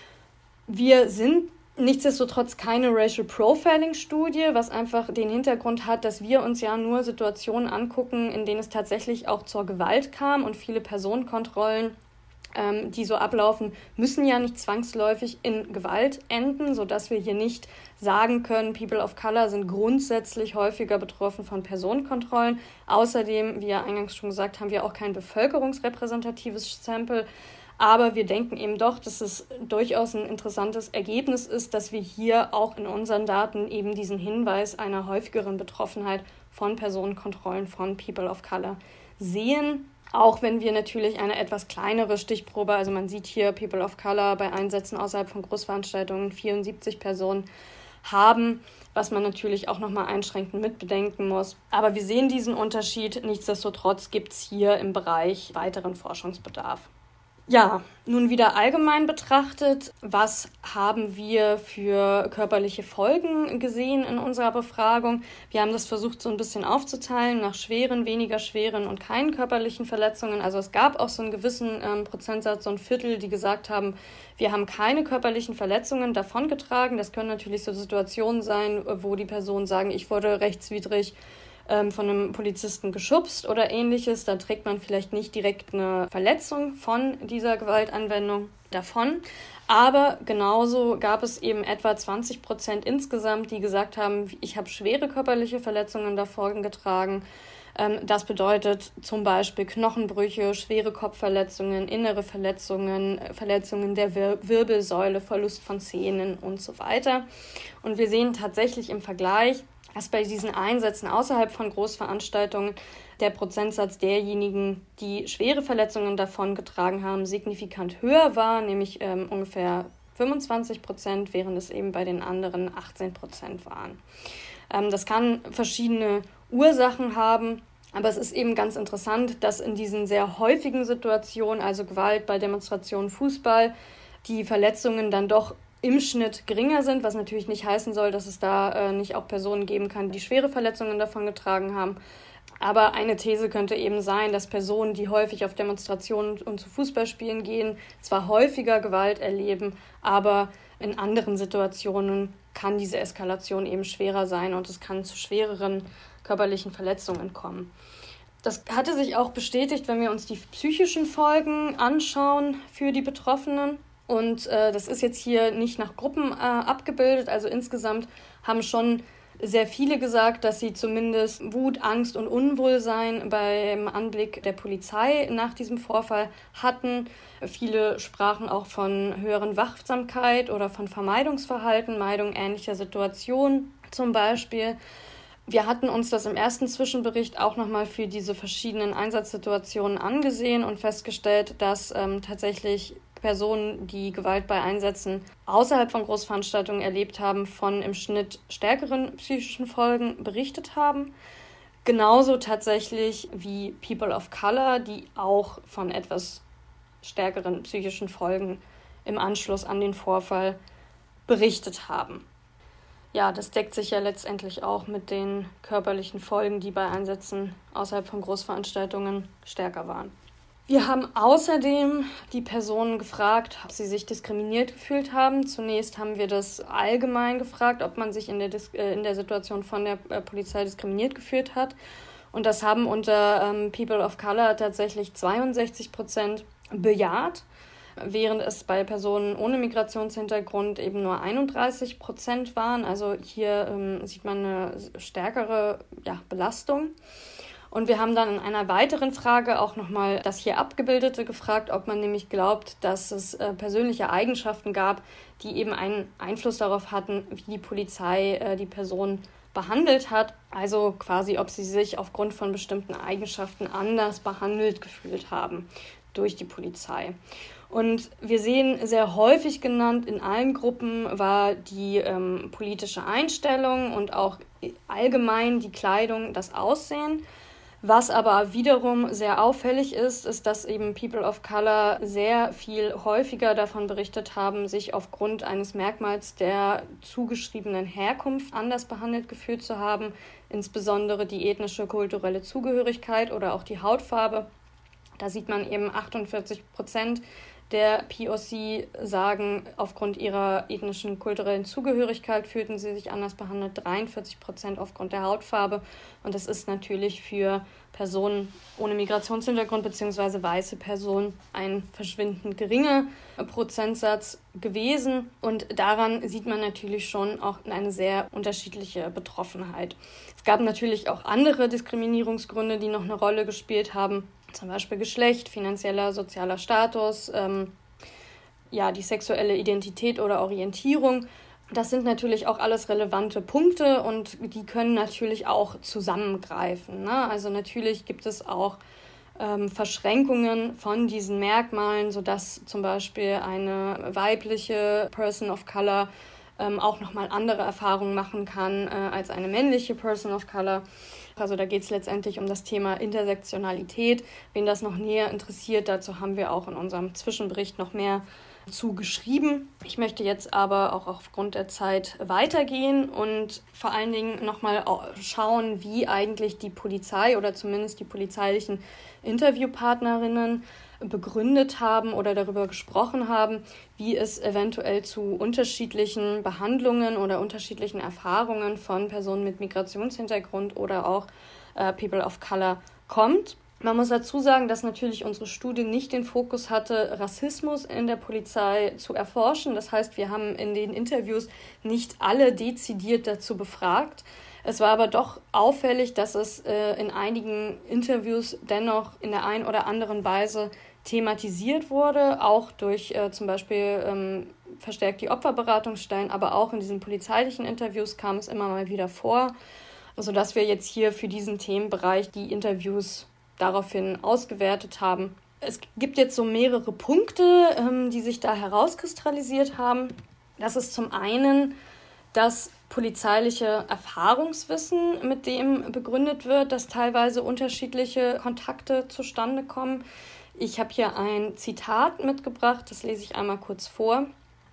C: Wir sind nichtsdestotrotz keine Racial Profiling-Studie, was einfach den Hintergrund hat, dass wir uns ja nur Situationen angucken, in denen es tatsächlich auch zur Gewalt kam, und viele Personenkontrollen, ähm, die so ablaufen, müssen ja nicht zwangsläufig in Gewalt enden, sodass wir hier nicht sagen können, People of Color sind grundsätzlich häufiger betroffen von Personenkontrollen. Außerdem, wie ja eingangs schon gesagt, haben wir auch kein bevölkerungsrepräsentatives Sample. Aber wir denken eben doch, dass es durchaus ein interessantes Ergebnis ist, dass wir hier auch in unseren Daten eben diesen Hinweis einer häufigeren Betroffenheit von Personenkontrollen von People of Color sehen. Auch wenn wir natürlich eine etwas kleinere Stichprobe, also man sieht hier People of Color bei Einsätzen außerhalb von Großveranstaltungen vierundsiebzig Personen haben, was man natürlich auch nochmal einschränkend mitbedenken muss. Aber wir sehen diesen Unterschied. Nichtsdestotrotz gibt es hier im Bereich weiteren Forschungsbedarf. Ja, nun wieder allgemein betrachtet, was haben wir für körperliche Folgen gesehen in unserer Befragung? Wir haben das versucht so ein bisschen aufzuteilen nach schweren, weniger schweren und keinen körperlichen Verletzungen. Also es gab auch so einen gewissen ähm, Prozentsatz, so ein Viertel, die gesagt haben, wir haben keine körperlichen Verletzungen davongetragen. Das können natürlich so Situationen sein, wo die Personen sagen, ich wurde rechtswidrig von einem Polizisten geschubst oder ähnliches, dann trägt man vielleicht nicht direkt eine Verletzung von dieser Gewaltanwendung davon. Aber genauso gab es eben etwa zwanzig Prozent insgesamt, die gesagt haben, ich habe schwere körperliche Verletzungen davon getragen. Das bedeutet zum Beispiel Knochenbrüche, schwere Kopfverletzungen, innere Verletzungen, Verletzungen der Wir- Wirbelsäule, Verlust von Zähnen und so weiter. Und wir sehen tatsächlich im Vergleich, dass bei diesen Einsätzen außerhalb von Großveranstaltungen der Prozentsatz derjenigen, die schwere Verletzungen davongetragen haben, signifikant höher war, nämlich ähm, ungefähr fünfundzwanzig Prozent, während es eben bei den anderen achtzehn Prozent waren. Ähm, das kann verschiedene Ursachen haben, aber es ist eben ganz interessant, dass in diesen sehr häufigen Situationen, also Gewalt bei Demonstrationen, Fußball, die Verletzungen dann doch im Schnitt geringer sind, was natürlich nicht heißen soll, dass es da äh, nicht auch Personen geben kann, die schwere Verletzungen davon getragen haben. Aber eine These könnte eben sein, dass Personen, die häufig auf Demonstrationen und zu Fußballspielen gehen, zwar häufiger Gewalt erleben, aber in anderen Situationen kann diese Eskalation eben schwerer sein und es kann zu schwereren körperlichen Verletzungen kommen. Das hatte sich auch bestätigt, wenn wir uns die psychischen Folgen anschauen für die Betroffenen. Und äh, das ist jetzt hier nicht nach Gruppen äh, abgebildet. Also insgesamt haben schon sehr viele gesagt, dass sie zumindest Wut, Angst und Unwohlsein beim Anblick der Polizei nach diesem Vorfall hatten. Viele sprachen auch von höheren Wachsamkeit oder von Vermeidungsverhalten, Meidung ähnlicher Situationen zum Beispiel. Wir hatten uns das im ersten Zwischenbericht auch nochmal für diese verschiedenen Einsatzsituationen angesehen und festgestellt, dass ähm, tatsächlich Personen, die Gewalt bei Einsätzen außerhalb von Großveranstaltungen erlebt haben, von im Schnitt stärkeren psychischen Folgen berichtet haben. Genauso tatsächlich wie People of Color, die auch von etwas stärkeren psychischen Folgen im Anschluss an den Vorfall berichtet haben. Ja, das deckt sich ja letztendlich auch mit den körperlichen Folgen, die bei Einsätzen außerhalb von Großveranstaltungen stärker waren. Wir haben außerdem die Personen gefragt, ob sie sich diskriminiert gefühlt haben. Zunächst haben wir das allgemein gefragt, ob man sich in der, Dis- äh, in der Situation von der äh, Polizei diskriminiert gefühlt hat. Und das haben unter ähm, People of Color tatsächlich zweiundsechzig Prozent bejaht, während es bei Personen ohne Migrationshintergrund eben nur einunddreißig Prozent waren. Also hier ähm, sieht man eine stärkere ja, Belastung. Und wir haben dann in einer weiteren Frage auch nochmal das hier Abgebildete gefragt, ob man nämlich glaubt, dass es äh, persönliche Eigenschaften gab, die eben einen Einfluss darauf hatten, wie die Polizei äh, die Person behandelt hat. Also quasi, ob sie sich aufgrund von bestimmten Eigenschaften anders behandelt gefühlt haben durch die Polizei. Und wir sehen, sehr häufig genannt in allen Gruppen war die ähm, politische Einstellung und auch allgemein die Kleidung, das Aussehen. Was aber wiederum sehr auffällig ist, ist, dass eben People of Color sehr viel häufiger davon berichtet haben, sich aufgrund eines Merkmals der zugeschriebenen Herkunft anders behandelt gefühlt zu haben, insbesondere die ethnische, kulturelle Zugehörigkeit oder auch die Hautfarbe. Da sieht man eben achtundvierzig Prozent der P O C sagen, aufgrund ihrer ethnischen, kulturellen Zugehörigkeit fühlten sie sich anders behandelt, dreiundvierzig Prozent aufgrund der Hautfarbe. Und das ist natürlich für Personen ohne Migrationshintergrund bzw. weiße Personen ein verschwindend geringer Prozentsatz gewesen. Und daran sieht man natürlich schon auch eine sehr unterschiedliche Betroffenheit. Es gab natürlich auch andere Diskriminierungsgründe, die noch eine Rolle gespielt haben. Zum Beispiel Geschlecht, finanzieller, sozialer Status, ähm, ja, die sexuelle Identität oder Orientierung. Das sind natürlich auch alles relevante Punkte und die können natürlich auch zusammengreifen, ne? Also natürlich gibt es auch ähm, Verschränkungen von diesen Merkmalen, sodass zum Beispiel eine weibliche Person of Color ähm, auch nochmal andere Erfahrungen machen kann äh, als eine männliche Person of Color. Also da geht es letztendlich um das Thema Intersektionalität. Wen das noch näher interessiert, dazu haben wir auch in unserem Zwischenbericht noch mehr zugeschrieben. Ich möchte jetzt aber auch aufgrund der Zeit weitergehen und vor allen Dingen nochmal schauen, wie eigentlich die Polizei oder zumindest die polizeilichen Interviewpartnerinnen begründet haben oder darüber gesprochen haben, wie es eventuell zu unterschiedlichen Behandlungen oder unterschiedlichen Erfahrungen von Personen mit Migrationshintergrund oder auch äh, People of Color kommt. Man muss dazu sagen, dass natürlich unsere Studie nicht den Fokus hatte, Rassismus in der Polizei zu erforschen. Das heißt, wir haben in den Interviews nicht alle dezidiert dazu befragt. Es war aber doch auffällig, dass es äh, in einigen Interviews dennoch in der einen oder anderen Weise thematisiert wurde, auch durch äh, zum Beispiel ähm, verstärkt die Opferberatungsstellen, aber auch in diesen polizeilichen Interviews kam es immer mal wieder vor, sodass wir jetzt hier für diesen Themenbereich die Interviews daraufhin ausgewertet haben. Es gibt jetzt so mehrere Punkte, ähm, die sich da herauskristallisiert haben. Das ist zum einen das polizeiliche Erfahrungswissen, mit dem begründet wird, dass teilweise unterschiedliche Kontakte zustande kommen. Ich habe hier ein Zitat mitgebracht, das lese ich einmal kurz vor.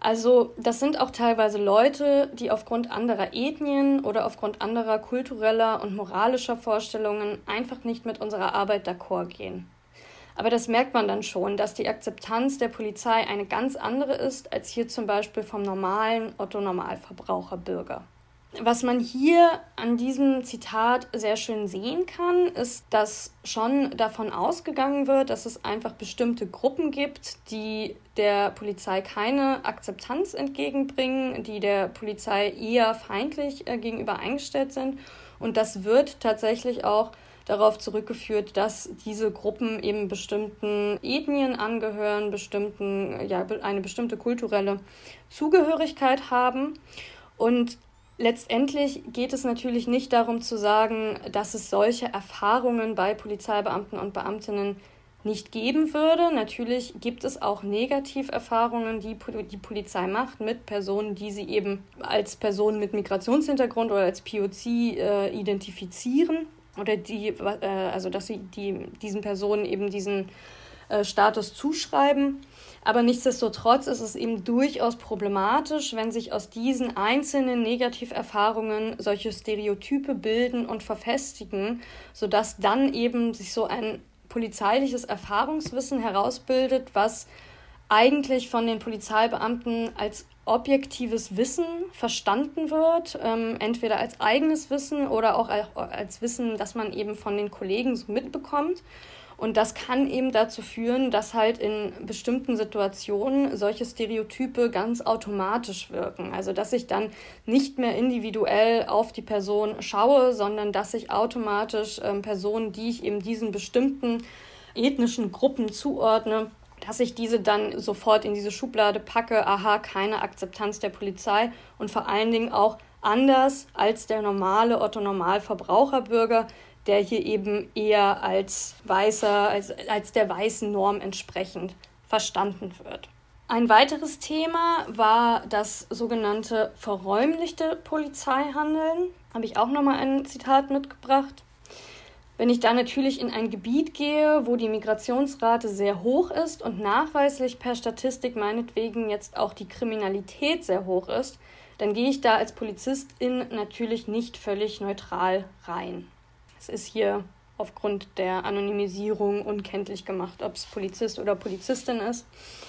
C: Also das sind auch teilweise Leute, die aufgrund anderer Ethnien oder aufgrund anderer kultureller und moralischer Vorstellungen einfach nicht mit unserer Arbeit d'accord gehen. Aber das merkt man dann schon, dass die Akzeptanz der Polizei eine ganz andere ist als hier zum Beispiel vom normalen Otto-Normalverbraucher-Bürger. Was man hier an diesem Zitat sehr schön sehen kann, ist, dass schon davon ausgegangen wird, dass es einfach bestimmte Gruppen gibt, die der Polizei keine Akzeptanz entgegenbringen, die der Polizei eher feindlich äh, gegenüber eingestellt sind. Und das wird tatsächlich auch darauf zurückgeführt, dass diese Gruppen eben bestimmten Ethnien angehören, bestimmten, ja, eine bestimmte kulturelle Zugehörigkeit haben. Und letztendlich geht es natürlich nicht darum zu sagen, dass es solche Erfahrungen bei Polizeibeamten und Beamtinnen nicht geben würde. Natürlich gibt es auch Negativerfahrungen, die die Polizei macht mit Personen, die sie eben als Personen mit Migrationshintergrund oder als P O C äh, identifizieren oder die, äh, also dass sie die, diesen Personen eben diesen äh, Status zuschreiben. Aber nichtsdestotrotz ist es eben durchaus problematisch, wenn sich aus diesen einzelnen Negativerfahrungen solche Stereotype bilden und verfestigen, sodass dann eben sich so ein polizeiliches Erfahrungswissen herausbildet, was eigentlich von den Polizeibeamten als objektives Wissen verstanden wird, ähm, entweder als eigenes Wissen oder auch als Wissen, das man eben von den Kollegen so mitbekommt. Und das kann eben dazu führen, dass halt in bestimmten Situationen solche Stereotype ganz automatisch wirken. Also dass ich dann nicht mehr individuell auf die Person schaue, sondern dass ich automatisch ähm, Personen, die ich eben diesen bestimmten ethnischen Gruppen zuordne, dass ich diese dann sofort in diese Schublade packe, aha, keine Akzeptanz der Polizei und vor allen Dingen auch anders als der normale Otto-Normalverbraucherbürger, der hier eben eher als weißer, als, als der weißen Norm entsprechend verstanden wird. Ein weiteres Thema war das sogenannte verräumlichte Polizeihandeln. Habe ich auch nochmal ein Zitat mitgebracht. Wenn ich da natürlich in ein Gebiet gehe, wo die Migrationsrate sehr hoch ist und nachweislich per Statistik meinetwegen jetzt auch die Kriminalität sehr hoch ist, dann gehe ich da als Polizistin natürlich nicht völlig neutral rein. Es ist hier aufgrund der Anonymisierung unkenntlich gemacht, ob es Polizist oder Polizistin ist.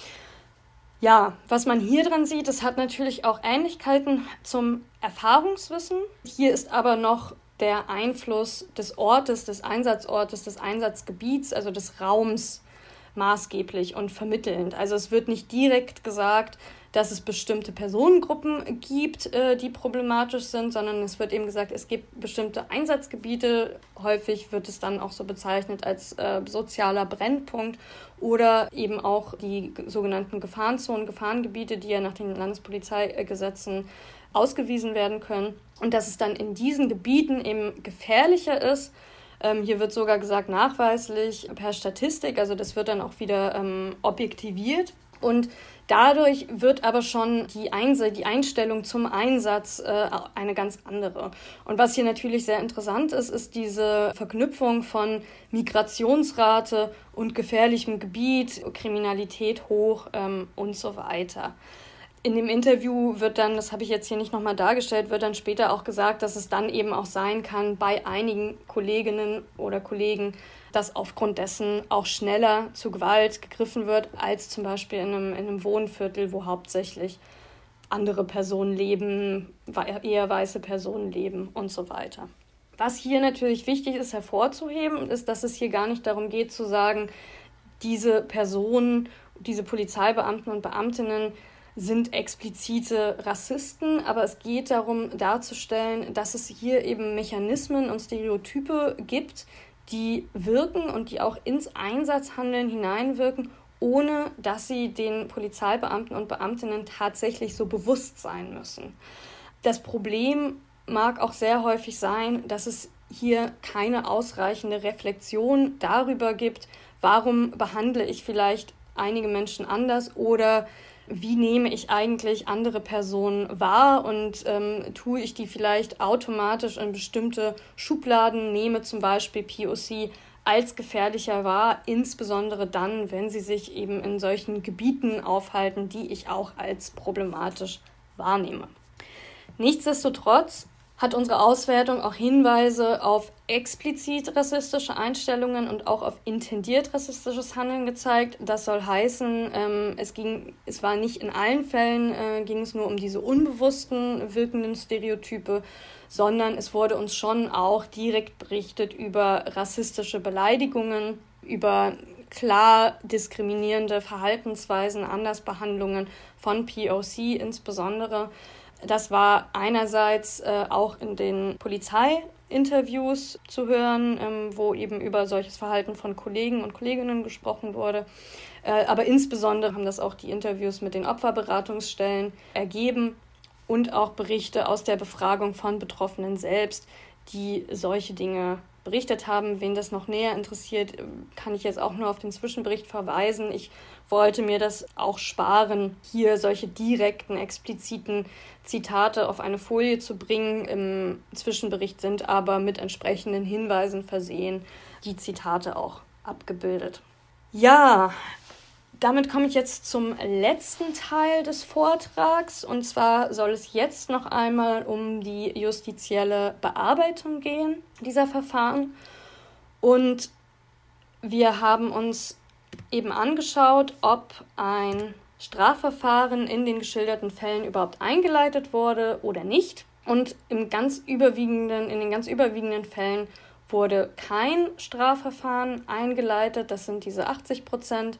C: Ja, was man hier dran sieht, es hat natürlich auch Ähnlichkeiten zum Erfahrungswissen. Hier ist aber noch der Einfluss des Ortes, des Einsatzortes, des Einsatzgebiets, also des Raums maßgeblich und vermittelnd. Also es wird nicht direkt gesagt, dass es bestimmte Personengruppen gibt, äh, die problematisch sind, sondern es wird eben gesagt, es gibt bestimmte Einsatzgebiete. Häufig wird es dann auch so bezeichnet als äh, sozialer Brennpunkt oder eben auch die sogenannten Gefahrenzonen, Gefahrengebiete, die ja nach den Landespolizeigesetzen ausgewiesen werden können. Und dass es dann in diesen Gebieten eben gefährlicher ist. Ähm, hier wird sogar gesagt, nachweislich per Statistik, also das wird dann auch wieder ähm, objektiviert. Und dadurch wird aber schon die, Einse- die Einstellung zum Einsatz äh, eine ganz andere. Und was hier natürlich sehr interessant ist, ist diese Verknüpfung von Migrationsrate und gefährlichem Gebiet, Kriminalität hoch ähm, und so weiter. In dem Interview wird dann, das habe ich jetzt hier nicht nochmal dargestellt, wird dann später auch gesagt, dass es dann eben auch sein kann bei einigen Kolleginnen oder Kollegen, dass aufgrund dessen auch schneller zu Gewalt gegriffen wird, als zum Beispiel in einem, in einem Wohnviertel, wo hauptsächlich andere Personen leben, eher weiße Personen leben und so weiter. Was hier natürlich wichtig ist hervorzuheben, ist, dass es hier gar nicht darum geht zu sagen, diese Personen, diese Polizeibeamten und Beamtinnen sind explizite Rassisten, aber es geht darum darzustellen, dass es hier eben Mechanismen und Stereotype gibt, die wirken und die auch ins Einsatzhandeln hineinwirken, ohne dass sie den Polizeibeamten und Beamtinnen tatsächlich so bewusst sein müssen. Das Problem mag auch sehr häufig sein, dass es hier keine ausreichende Reflexion darüber gibt, warum behandle ich vielleicht einige Menschen anders oder wie nehme ich eigentlich andere Personen wahr und ähm, tue ich die vielleicht automatisch in bestimmte Schubladen, nehme zum Beispiel P O C als gefährlicher wahr, insbesondere dann, wenn sie sich eben in solchen Gebieten aufhalten, die ich auch als problematisch wahrnehme. Nichtsdestotrotz hat unsere Auswertung auch Hinweise auf explizit rassistische Einstellungen und auch auf intendiert rassistisches Handeln gezeigt. Das soll heißen, ähm, es ging, es war nicht in allen Fällen, äh, ging es nur um diese unbewussten wirkenden Stereotype, sondern es wurde uns schon auch direkt berichtet über rassistische Beleidigungen, über klar diskriminierende Verhaltensweisen, Andersbehandlungen von P O C insbesondere. Das war einerseits äh, auch in den Polizeiinterviews zu hören, ähm, wo eben über solches Verhalten von Kollegen und Kolleginnen gesprochen wurde. Äh, aber insbesondere haben das auch die Interviews mit den Opferberatungsstellen ergeben und auch Berichte aus der Befragung von Betroffenen selbst, die solche Dinge berichtet haben. Wen das noch näher interessiert, kann ich jetzt auch nur auf den Zwischenbericht verweisen. Ich wollte mir das auch sparen, hier solche direkten, expliziten Zitate auf eine Folie zu bringen. Im Zwischenbericht sind aber mit entsprechenden Hinweisen versehen, die Zitate auch abgebildet. Ja, damit komme ich jetzt zum letzten Teil des Vortrags. Und zwar soll es jetzt noch einmal um die justizielle Bearbeitung gehen dieser Verfahren. Und wir haben uns eben angeschaut, ob ein Strafverfahren in den geschilderten Fällen überhaupt eingeleitet wurde oder nicht. Und im ganz überwiegenden, in den ganz überwiegenden Fällen wurde kein Strafverfahren eingeleitet. Das sind diese achtzig Prozent.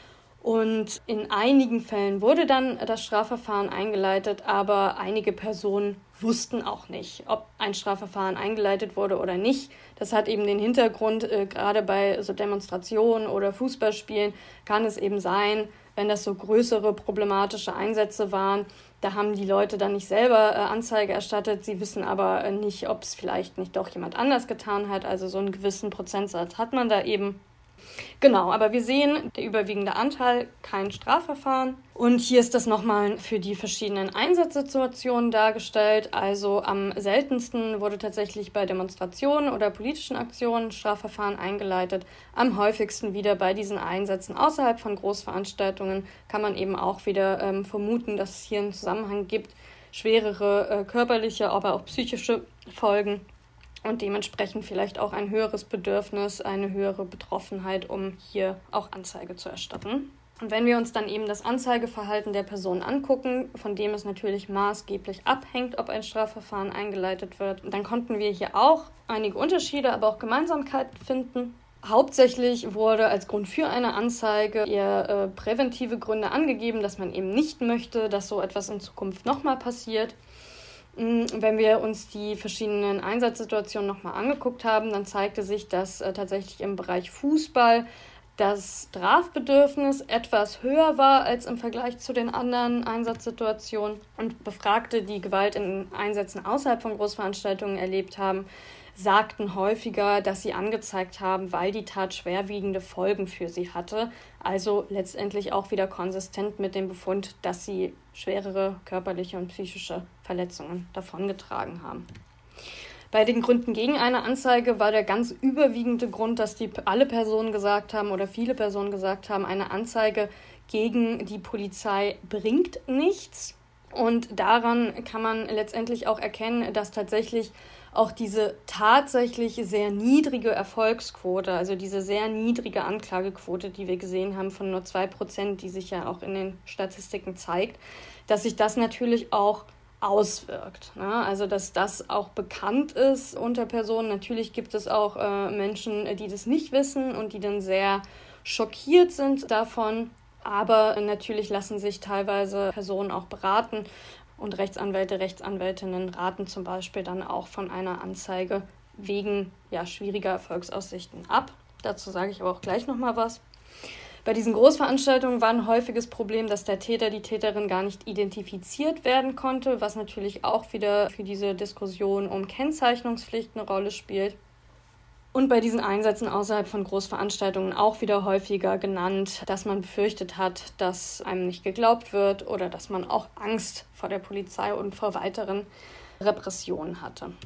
C: Und in einigen Fällen wurde dann das Strafverfahren eingeleitet, aber einige Personen wussten auch nicht, ob ein Strafverfahren eingeleitet wurde oder nicht. Das hat eben den Hintergrund, äh, gerade bei so Demonstrationen oder Fußballspielen kann es eben sein, wenn das so größere problematische Einsätze waren, da haben die Leute dann nicht selber äh, Anzeige erstattet, sie wissen aber äh, nicht, ob es vielleicht nicht doch jemand anders getan hat, also so einen gewissen Prozentsatz hat man da eben. Genau, aber wir sehen, der überwiegende Anteil kein Strafverfahren. Und hier ist das nochmal für die verschiedenen Einsatzsituationen dargestellt. Also am seltensten wurde tatsächlich bei Demonstrationen oder politischen Aktionen Strafverfahren eingeleitet. Am häufigsten wieder bei diesen Einsätzen außerhalb von Großveranstaltungen kann man eben auch wieder ähm, vermuten, dass es hier einen Zusammenhang gibt. Schwerere äh, körperliche, aber auch psychische Folgen. Und dementsprechend vielleicht auch ein höheres Bedürfnis, eine höhere Betroffenheit, um hier auch Anzeige zu erstatten. Und wenn wir uns dann eben das Anzeigeverhalten der Person angucken, von dem es natürlich maßgeblich abhängt, ob ein Strafverfahren eingeleitet wird, dann konnten wir hier auch einige Unterschiede, aber auch Gemeinsamkeiten finden. Hauptsächlich wurde als Grund für eine Anzeige eher äh, präventive Gründe angegeben, dass man eben nicht möchte, dass so etwas in Zukunft nochmal passiert. Wenn wir uns die verschiedenen Einsatzsituationen nochmal angeguckt haben, dann zeigte sich, dass äh, tatsächlich im Bereich Fußball das Strafbedürfnis etwas höher war als im Vergleich zu den anderen Einsatzsituationen. Und Befragte, die Gewalt in Einsätzen außerhalb von Großveranstaltungen erlebt haben, sagten häufiger, dass sie angezeigt haben, weil die Tat schwerwiegende Folgen für sie hatte. Also letztendlich auch wieder konsistent mit dem Befund, dass sie schwerere körperliche und psychische Verletzungen davongetragen haben. Bei den Gründen gegen eine Anzeige war der ganz überwiegende Grund, dass die alle Personen gesagt haben oder viele Personen gesagt haben, eine Anzeige gegen die Polizei bringt nichts. Und daran kann man letztendlich auch erkennen, dass tatsächlich auch diese tatsächlich sehr niedrige Erfolgsquote, also diese sehr niedrige Anklagequote, die wir gesehen haben von nur zwei Prozent, die sich ja auch in den Statistiken zeigt, dass sich das natürlich auch auswirkt. Ne? Also dass das auch bekannt ist unter Personen. Natürlich gibt es auch äh, Menschen, die das nicht wissen und die dann sehr schockiert sind davon. Aber natürlich lassen sich teilweise Personen auch beraten. Und Rechtsanwälte, Rechtsanwältinnen raten zum Beispiel dann auch von einer Anzeige wegen ja, schwieriger Erfolgsaussichten ab. Dazu sage ich aber auch gleich nochmal was. Bei diesen Großveranstaltungen war ein häufiges Problem, dass der Täter, die Täterin gar nicht identifiziert werden konnte, was natürlich auch wieder für diese Diskussion um Kennzeichnungspflicht eine Rolle spielt. Und bei diesen Einsätzen außerhalb von Großveranstaltungen auch wieder häufiger genannt, dass man befürchtet hat, dass einem nicht geglaubt wird oder dass man auch Angst vor der Polizei und vor weiteren Repressionen hatte.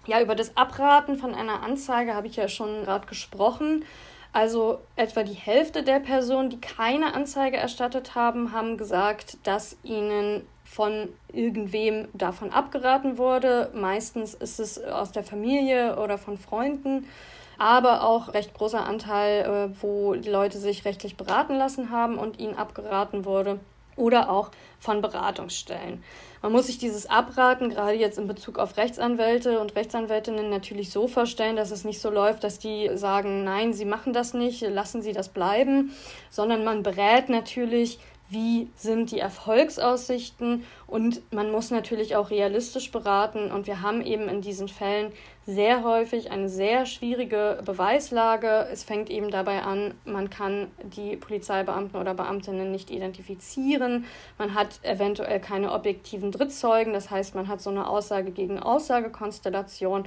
C: Ja, über das Abraten von einer Anzeige habe ich ja schon gerade gesprochen. Also etwa die Hälfte der Personen, die keine Anzeige erstattet haben, haben gesagt, dass ihnen von irgendwem davon abgeraten wurde. Meistens ist es aus der Familie oder von Freunden, aber auch recht großer Anteil, wo die Leute sich rechtlich beraten lassen haben und ihnen abgeraten wurde. Oder auch von Beratungsstellen. Man muss sich dieses Abraten, gerade jetzt in Bezug auf Rechtsanwälte und Rechtsanwältinnen, natürlich so vorstellen, dass es nicht so läuft, dass die sagen, nein, sie machen das nicht, lassen sie das bleiben, sondern man berät natürlich, wie sind die Erfolgsaussichten, und man muss natürlich auch realistisch beraten, und wir haben eben in diesen Fällen sehr häufig eine sehr schwierige Beweislage. Es fängt eben dabei an, man kann die Polizeibeamten oder Beamtinnen nicht identifizieren, man hat eventuell keine objektiven Drittzeugen, das heißt, man hat so eine Aussage gegen Aussage-Konstellation.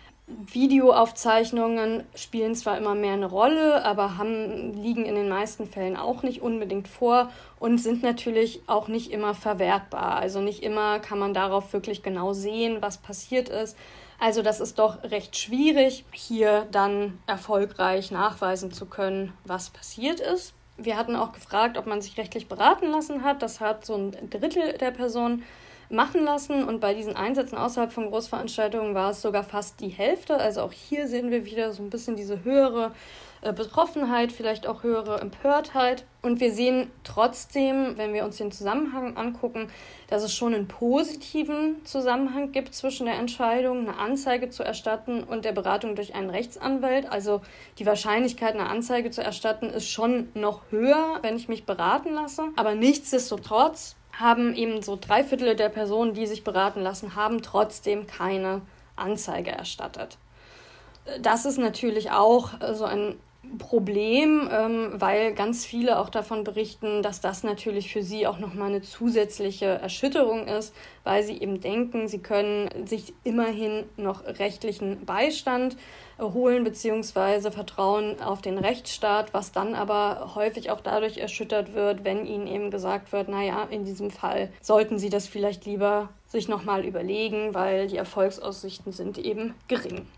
C: Videoaufzeichnungen spielen zwar immer mehr eine Rolle, aber haben, liegen in den meisten Fällen auch nicht unbedingt vor und sind natürlich auch nicht immer verwertbar. Also nicht immer kann man darauf wirklich genau sehen, was passiert ist. Also das ist doch recht schwierig, hier dann erfolgreich nachweisen zu können, was passiert ist. Wir hatten auch gefragt, ob man sich rechtlich beraten lassen hat. Das hat so ein Drittel der Personen machen lassen, und bei diesen Einsätzen außerhalb von Großveranstaltungen war es sogar fast die Hälfte. Also auch hier sehen wir wieder so ein bisschen diese höhere äh, Betroffenheit, vielleicht auch höhere Empörtheit. Und wir sehen trotzdem, wenn wir uns den Zusammenhang angucken, dass es schon einen positiven Zusammenhang gibt zwischen der Entscheidung, eine Anzeige zu erstatten, und der Beratung durch einen Rechtsanwalt. Also die Wahrscheinlichkeit, eine Anzeige zu erstatten, ist schon noch höher, wenn ich mich beraten lasse. Aber nichtsdestotrotz haben eben so drei Viertel der Personen, die sich beraten lassen, haben trotzdem keine Anzeige erstattet. Das ist natürlich auch so ein Problem, weil ganz viele auch davon berichten, dass das natürlich für sie auch nochmal eine zusätzliche Erschütterung ist, weil sie eben denken, sie können sich immerhin noch rechtlichen Beistand holen bzw. vertrauen auf den Rechtsstaat, was dann aber häufig auch dadurch erschüttert wird, wenn ihnen eben gesagt wird, naja, in diesem Fall sollten sie das vielleicht lieber sich nochmal überlegen, weil die Erfolgsaussichten sind eben gering.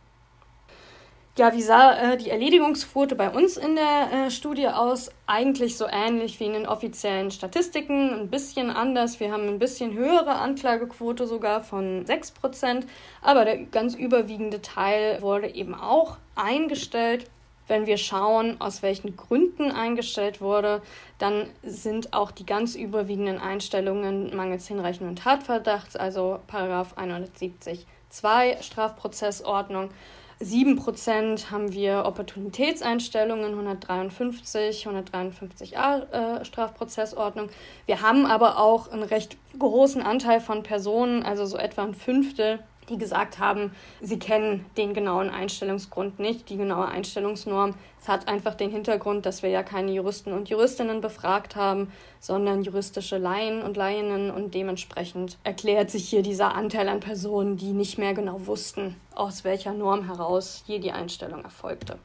C: Ja, wie sah äh, die Erledigungsquote bei uns in der äh, Studie aus? Eigentlich so ähnlich wie in den offiziellen Statistiken, ein bisschen anders. Wir haben ein bisschen höhere Anklagequote sogar von sechs Prozent, aber der ganz überwiegende Teil wurde eben auch eingestellt. Wenn wir schauen, aus welchen Gründen eingestellt wurde, dann sind auch die ganz überwiegenden Einstellungen mangels hinreichenden Tatverdachts, also Paragraph hundertsiebzig Absatz zwei Strafprozessordnung. sieben Prozent haben wir Opportunitätseinstellungen, hundertdreiundfünfzig, hundertdreiundfünfzig a äh, Strafprozessordnung. Wir haben aber auch einen recht großen Anteil von Personen, also so etwa ein Fünftel, die gesagt haben, sie kennen den genauen Einstellungsgrund nicht, die genaue Einstellungsnorm. Es hat einfach den Hintergrund, dass wir ja keine Juristen und Juristinnen befragt haben, sondern juristische Laien und Laieninnen, und dementsprechend erklärt sich hier dieser Anteil an Personen, die nicht mehr genau wussten, aus welcher Norm heraus hier die Einstellung erfolgte.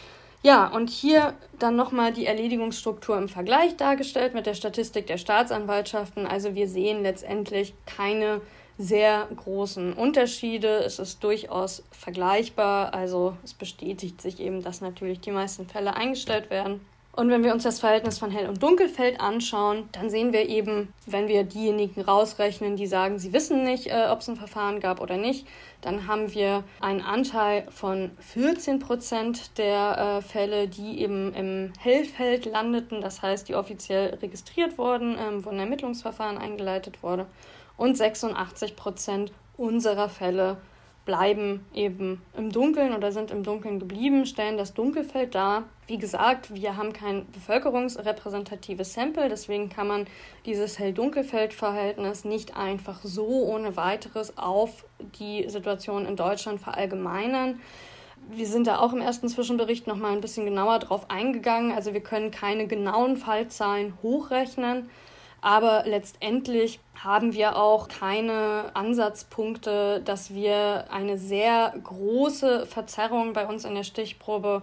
C: Ja, und hier dann nochmal die Erledigungsstruktur im Vergleich dargestellt mit der Statistik der Staatsanwaltschaften. Also wir sehen letztendlich keine sehr großen Unterschiede. Es ist durchaus vergleichbar, also es bestätigt sich eben, dass natürlich die meisten Fälle eingestellt werden. Und wenn wir uns das Verhältnis von Hell- und Dunkelfeld anschauen, dann sehen wir eben, wenn wir diejenigen rausrechnen, die sagen, sie wissen nicht, äh, ob es ein Verfahren gab oder nicht, dann haben wir einen Anteil von vierzehn Prozent der äh, Fälle, die eben im Hellfeld landeten, das heißt, die offiziell registriert wurden, ähm, wo ein Ermittlungsverfahren eingeleitet wurde. Und sechsundachtzig Prozent unserer Fälle bleiben eben im Dunkeln oder sind im Dunkeln geblieben, stellen das Dunkelfeld dar. Wie gesagt, wir haben kein bevölkerungsrepräsentatives Sample, deswegen kann man dieses Hell-Dunkelfeld-Verhältnis nicht einfach so ohne weiteres auf die Situation in Deutschland verallgemeinern. Wir sind da auch im ersten Zwischenbericht noch mal ein bisschen genauer drauf eingegangen. Also wir können keine genauen Fallzahlen hochrechnen, aber letztendlich haben wir auch keine Ansatzpunkte, dass wir eine sehr große Verzerrung bei uns in der Stichprobe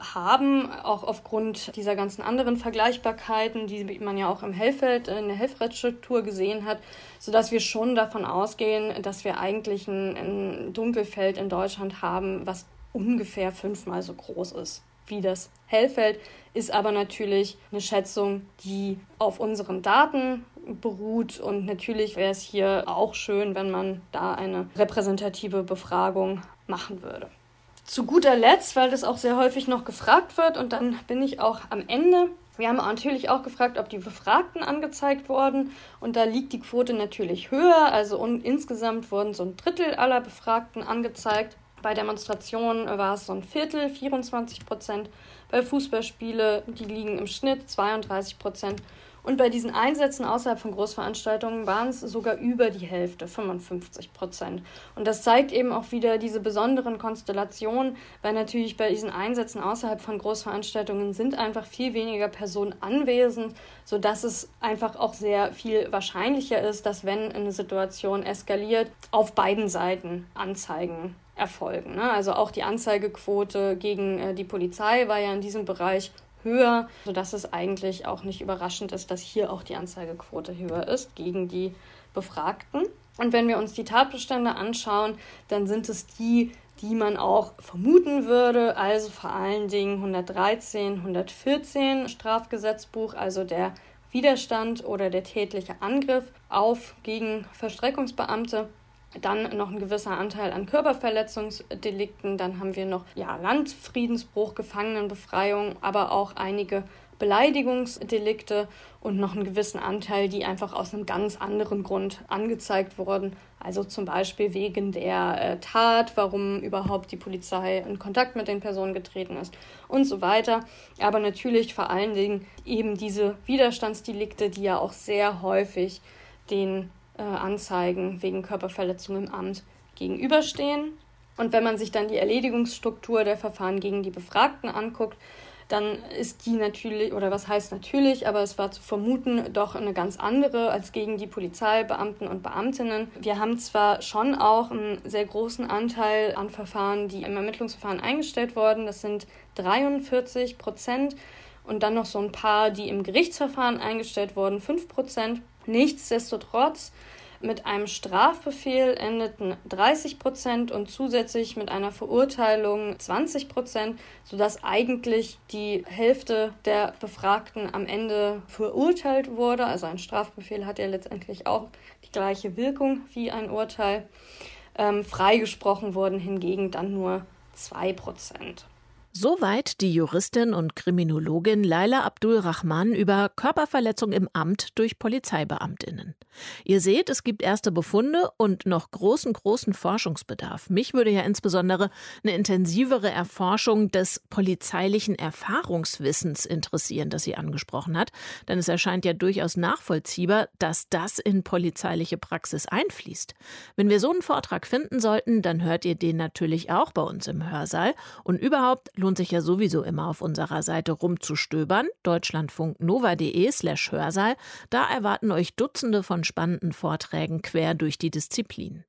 C: haben, auch aufgrund dieser ganzen anderen Vergleichbarkeiten, die man ja auch im Hellfeld, in der Hellfeldstruktur gesehen hat, sodass wir schon davon ausgehen, dass wir eigentlich ein, ein Dunkelfeld in Deutschland haben, was ungefähr fünfmal so groß ist wie das Hellfeld, ist aber natürlich eine Schätzung, die auf unseren Daten beruht, und natürlich wäre es hier auch schön, wenn man da eine repräsentative Befragung machen würde. Zu guter Letzt, weil das auch sehr häufig noch gefragt wird, und dann bin ich auch am Ende. Wir haben natürlich auch gefragt, ob die Befragten angezeigt wurden, und da liegt die Quote natürlich höher. Also un- insgesamt wurden so ein Drittel aller Befragten angezeigt. Bei Demonstrationen war es so ein Viertel, vierundzwanzig Prozent. Bei Fußballspielen, die liegen im Schnitt zweiunddreißig Prozent. Und bei diesen Einsätzen außerhalb von Großveranstaltungen waren es sogar über die Hälfte, fünfundfünfzig Prozent. Und das zeigt eben auch wieder diese besonderen Konstellationen, weil natürlich bei diesen Einsätzen außerhalb von Großveranstaltungen sind einfach viel weniger Personen anwesend, sodass es einfach auch sehr viel wahrscheinlicher ist, dass, wenn eine Situation eskaliert, auf beiden Seiten Anzeigen erfolgen. Also auch die Anzeigequote gegen die Polizei war ja in diesem Bereich höher, sodass es eigentlich auch nicht überraschend ist, dass hier auch die Anzeigequote höher ist gegen die Befragten. Und wenn wir uns die Tatbestände anschauen, dann sind es die, die man auch vermuten würde, also vor allen Dingen hundertdreizehn, hundertvierzehn Strafgesetzbuch, also der Widerstand oder der tätliche Angriff auf gegen Vollstreckungsbeamte. Dann noch ein gewisser Anteil an Körperverletzungsdelikten, dann haben wir noch ja, Landfriedensbruch, Gefangenenbefreiung, aber auch einige Beleidigungsdelikte und noch einen gewissen Anteil, die einfach aus einem ganz anderen Grund angezeigt wurden. Also zum Beispiel wegen der äh, Tat, warum überhaupt die Polizei in Kontakt mit den Personen getreten ist und so weiter. Aber natürlich vor allen Dingen eben diese Widerstandsdelikte, die ja auch sehr häufig den Anzeigen wegen Körperverletzung im Amt gegenüberstehen. Und wenn man sich dann die Erledigungsstruktur der Verfahren gegen die Befragten anguckt, dann ist die natürlich, oder was heißt natürlich, aber es war zu vermuten, doch eine ganz andere als gegen die Polizeibeamten und Beamtinnen. Wir haben zwar schon auch einen sehr großen Anteil an Verfahren, die im Ermittlungsverfahren eingestellt wurden, das sind dreiundvierzig Prozent, und dann noch so ein paar, die im Gerichtsverfahren eingestellt wurden, fünf Prozent. Nichtsdestotrotz, mit einem Strafbefehl endeten dreißig Prozent und zusätzlich mit einer Verurteilung zwanzig Prozent, sodass eigentlich die Hälfte der Befragten am Ende verurteilt wurde. Also ein Strafbefehl hat ja letztendlich auch die gleiche Wirkung wie ein Urteil. Ähm, freigesprochen wurden hingegen dann nur zwei Prozent.
B: Soweit die Juristin und Kriminologin Laila Abdul-Rahman über Körperverletzung im Amt durch Polizeibeamtinnen. Ihr seht, es gibt erste Befunde und noch großen, großen Forschungsbedarf. Mich würde ja insbesondere eine intensivere Erforschung des polizeilichen Erfahrungswissens interessieren, das sie angesprochen hat. Denn es erscheint ja durchaus nachvollziehbar, dass das in polizeiliche Praxis einfließt. Wenn wir so einen Vortrag finden sollten, dann hört ihr den natürlich auch bei uns im Hörsaal. Und überhaupt lohnt sich ja sowieso immer auf unserer Seite rumzustöbern, deutschlandfunknova.de slash Hörsaal. Da erwarten euch Dutzende von spannenden Vorträgen quer durch die Disziplin.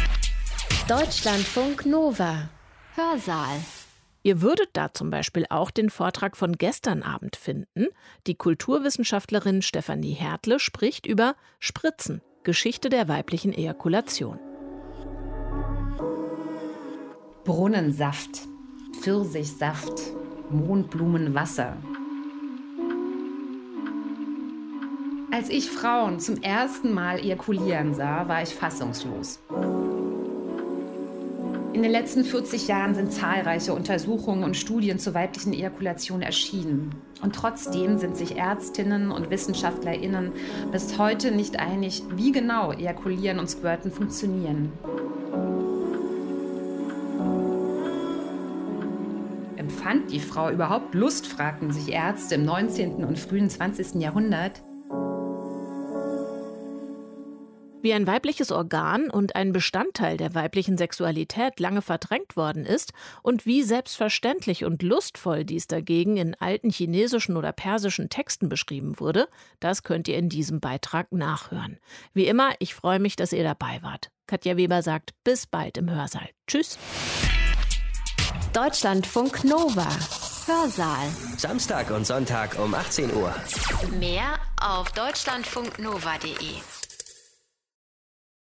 A: Deutschlandfunk Nova Hörsaal.
B: Ihr würdet da zum Beispiel auch den Vortrag von gestern Abend finden. Die Kulturwissenschaftlerin Stefanie Hertle spricht über Spritzen, Geschichte der weiblichen Ejakulation.
D: Brunnensaft, Pfirsichsaft, Mohnblumenwasser. Als ich Frauen zum ersten Mal ejakulieren sah, war ich fassungslos. In den letzten vierzig Jahren sind zahlreiche Untersuchungen und Studien zur weiblichen Ejakulation erschienen. Und trotzdem sind sich Ärztinnen und WissenschaftlerInnen bis heute nicht einig, wie genau Ejakulieren und Squirten funktionieren. Empfand die Frau überhaupt Lust, fragten sich Ärzte im neunzehnten und frühen zwanzigsten Jahrhundert.
B: Wie ein weibliches Organ und ein Bestandteil der weiblichen Sexualität lange verdrängt worden ist und wie selbstverständlich und lustvoll dies dagegen in alten chinesischen oder persischen Texten beschrieben wurde, das könnt ihr in diesem Beitrag nachhören. Wie immer, ich freue mich, dass ihr dabei wart. Katja Weber sagt, bis bald im Hörsaal. Tschüss.
A: Deutschlandfunk Nova Hörsaal.
E: Samstag und Sonntag um achtzehn Uhr.
A: Mehr auf deutschlandfunknova punkt de.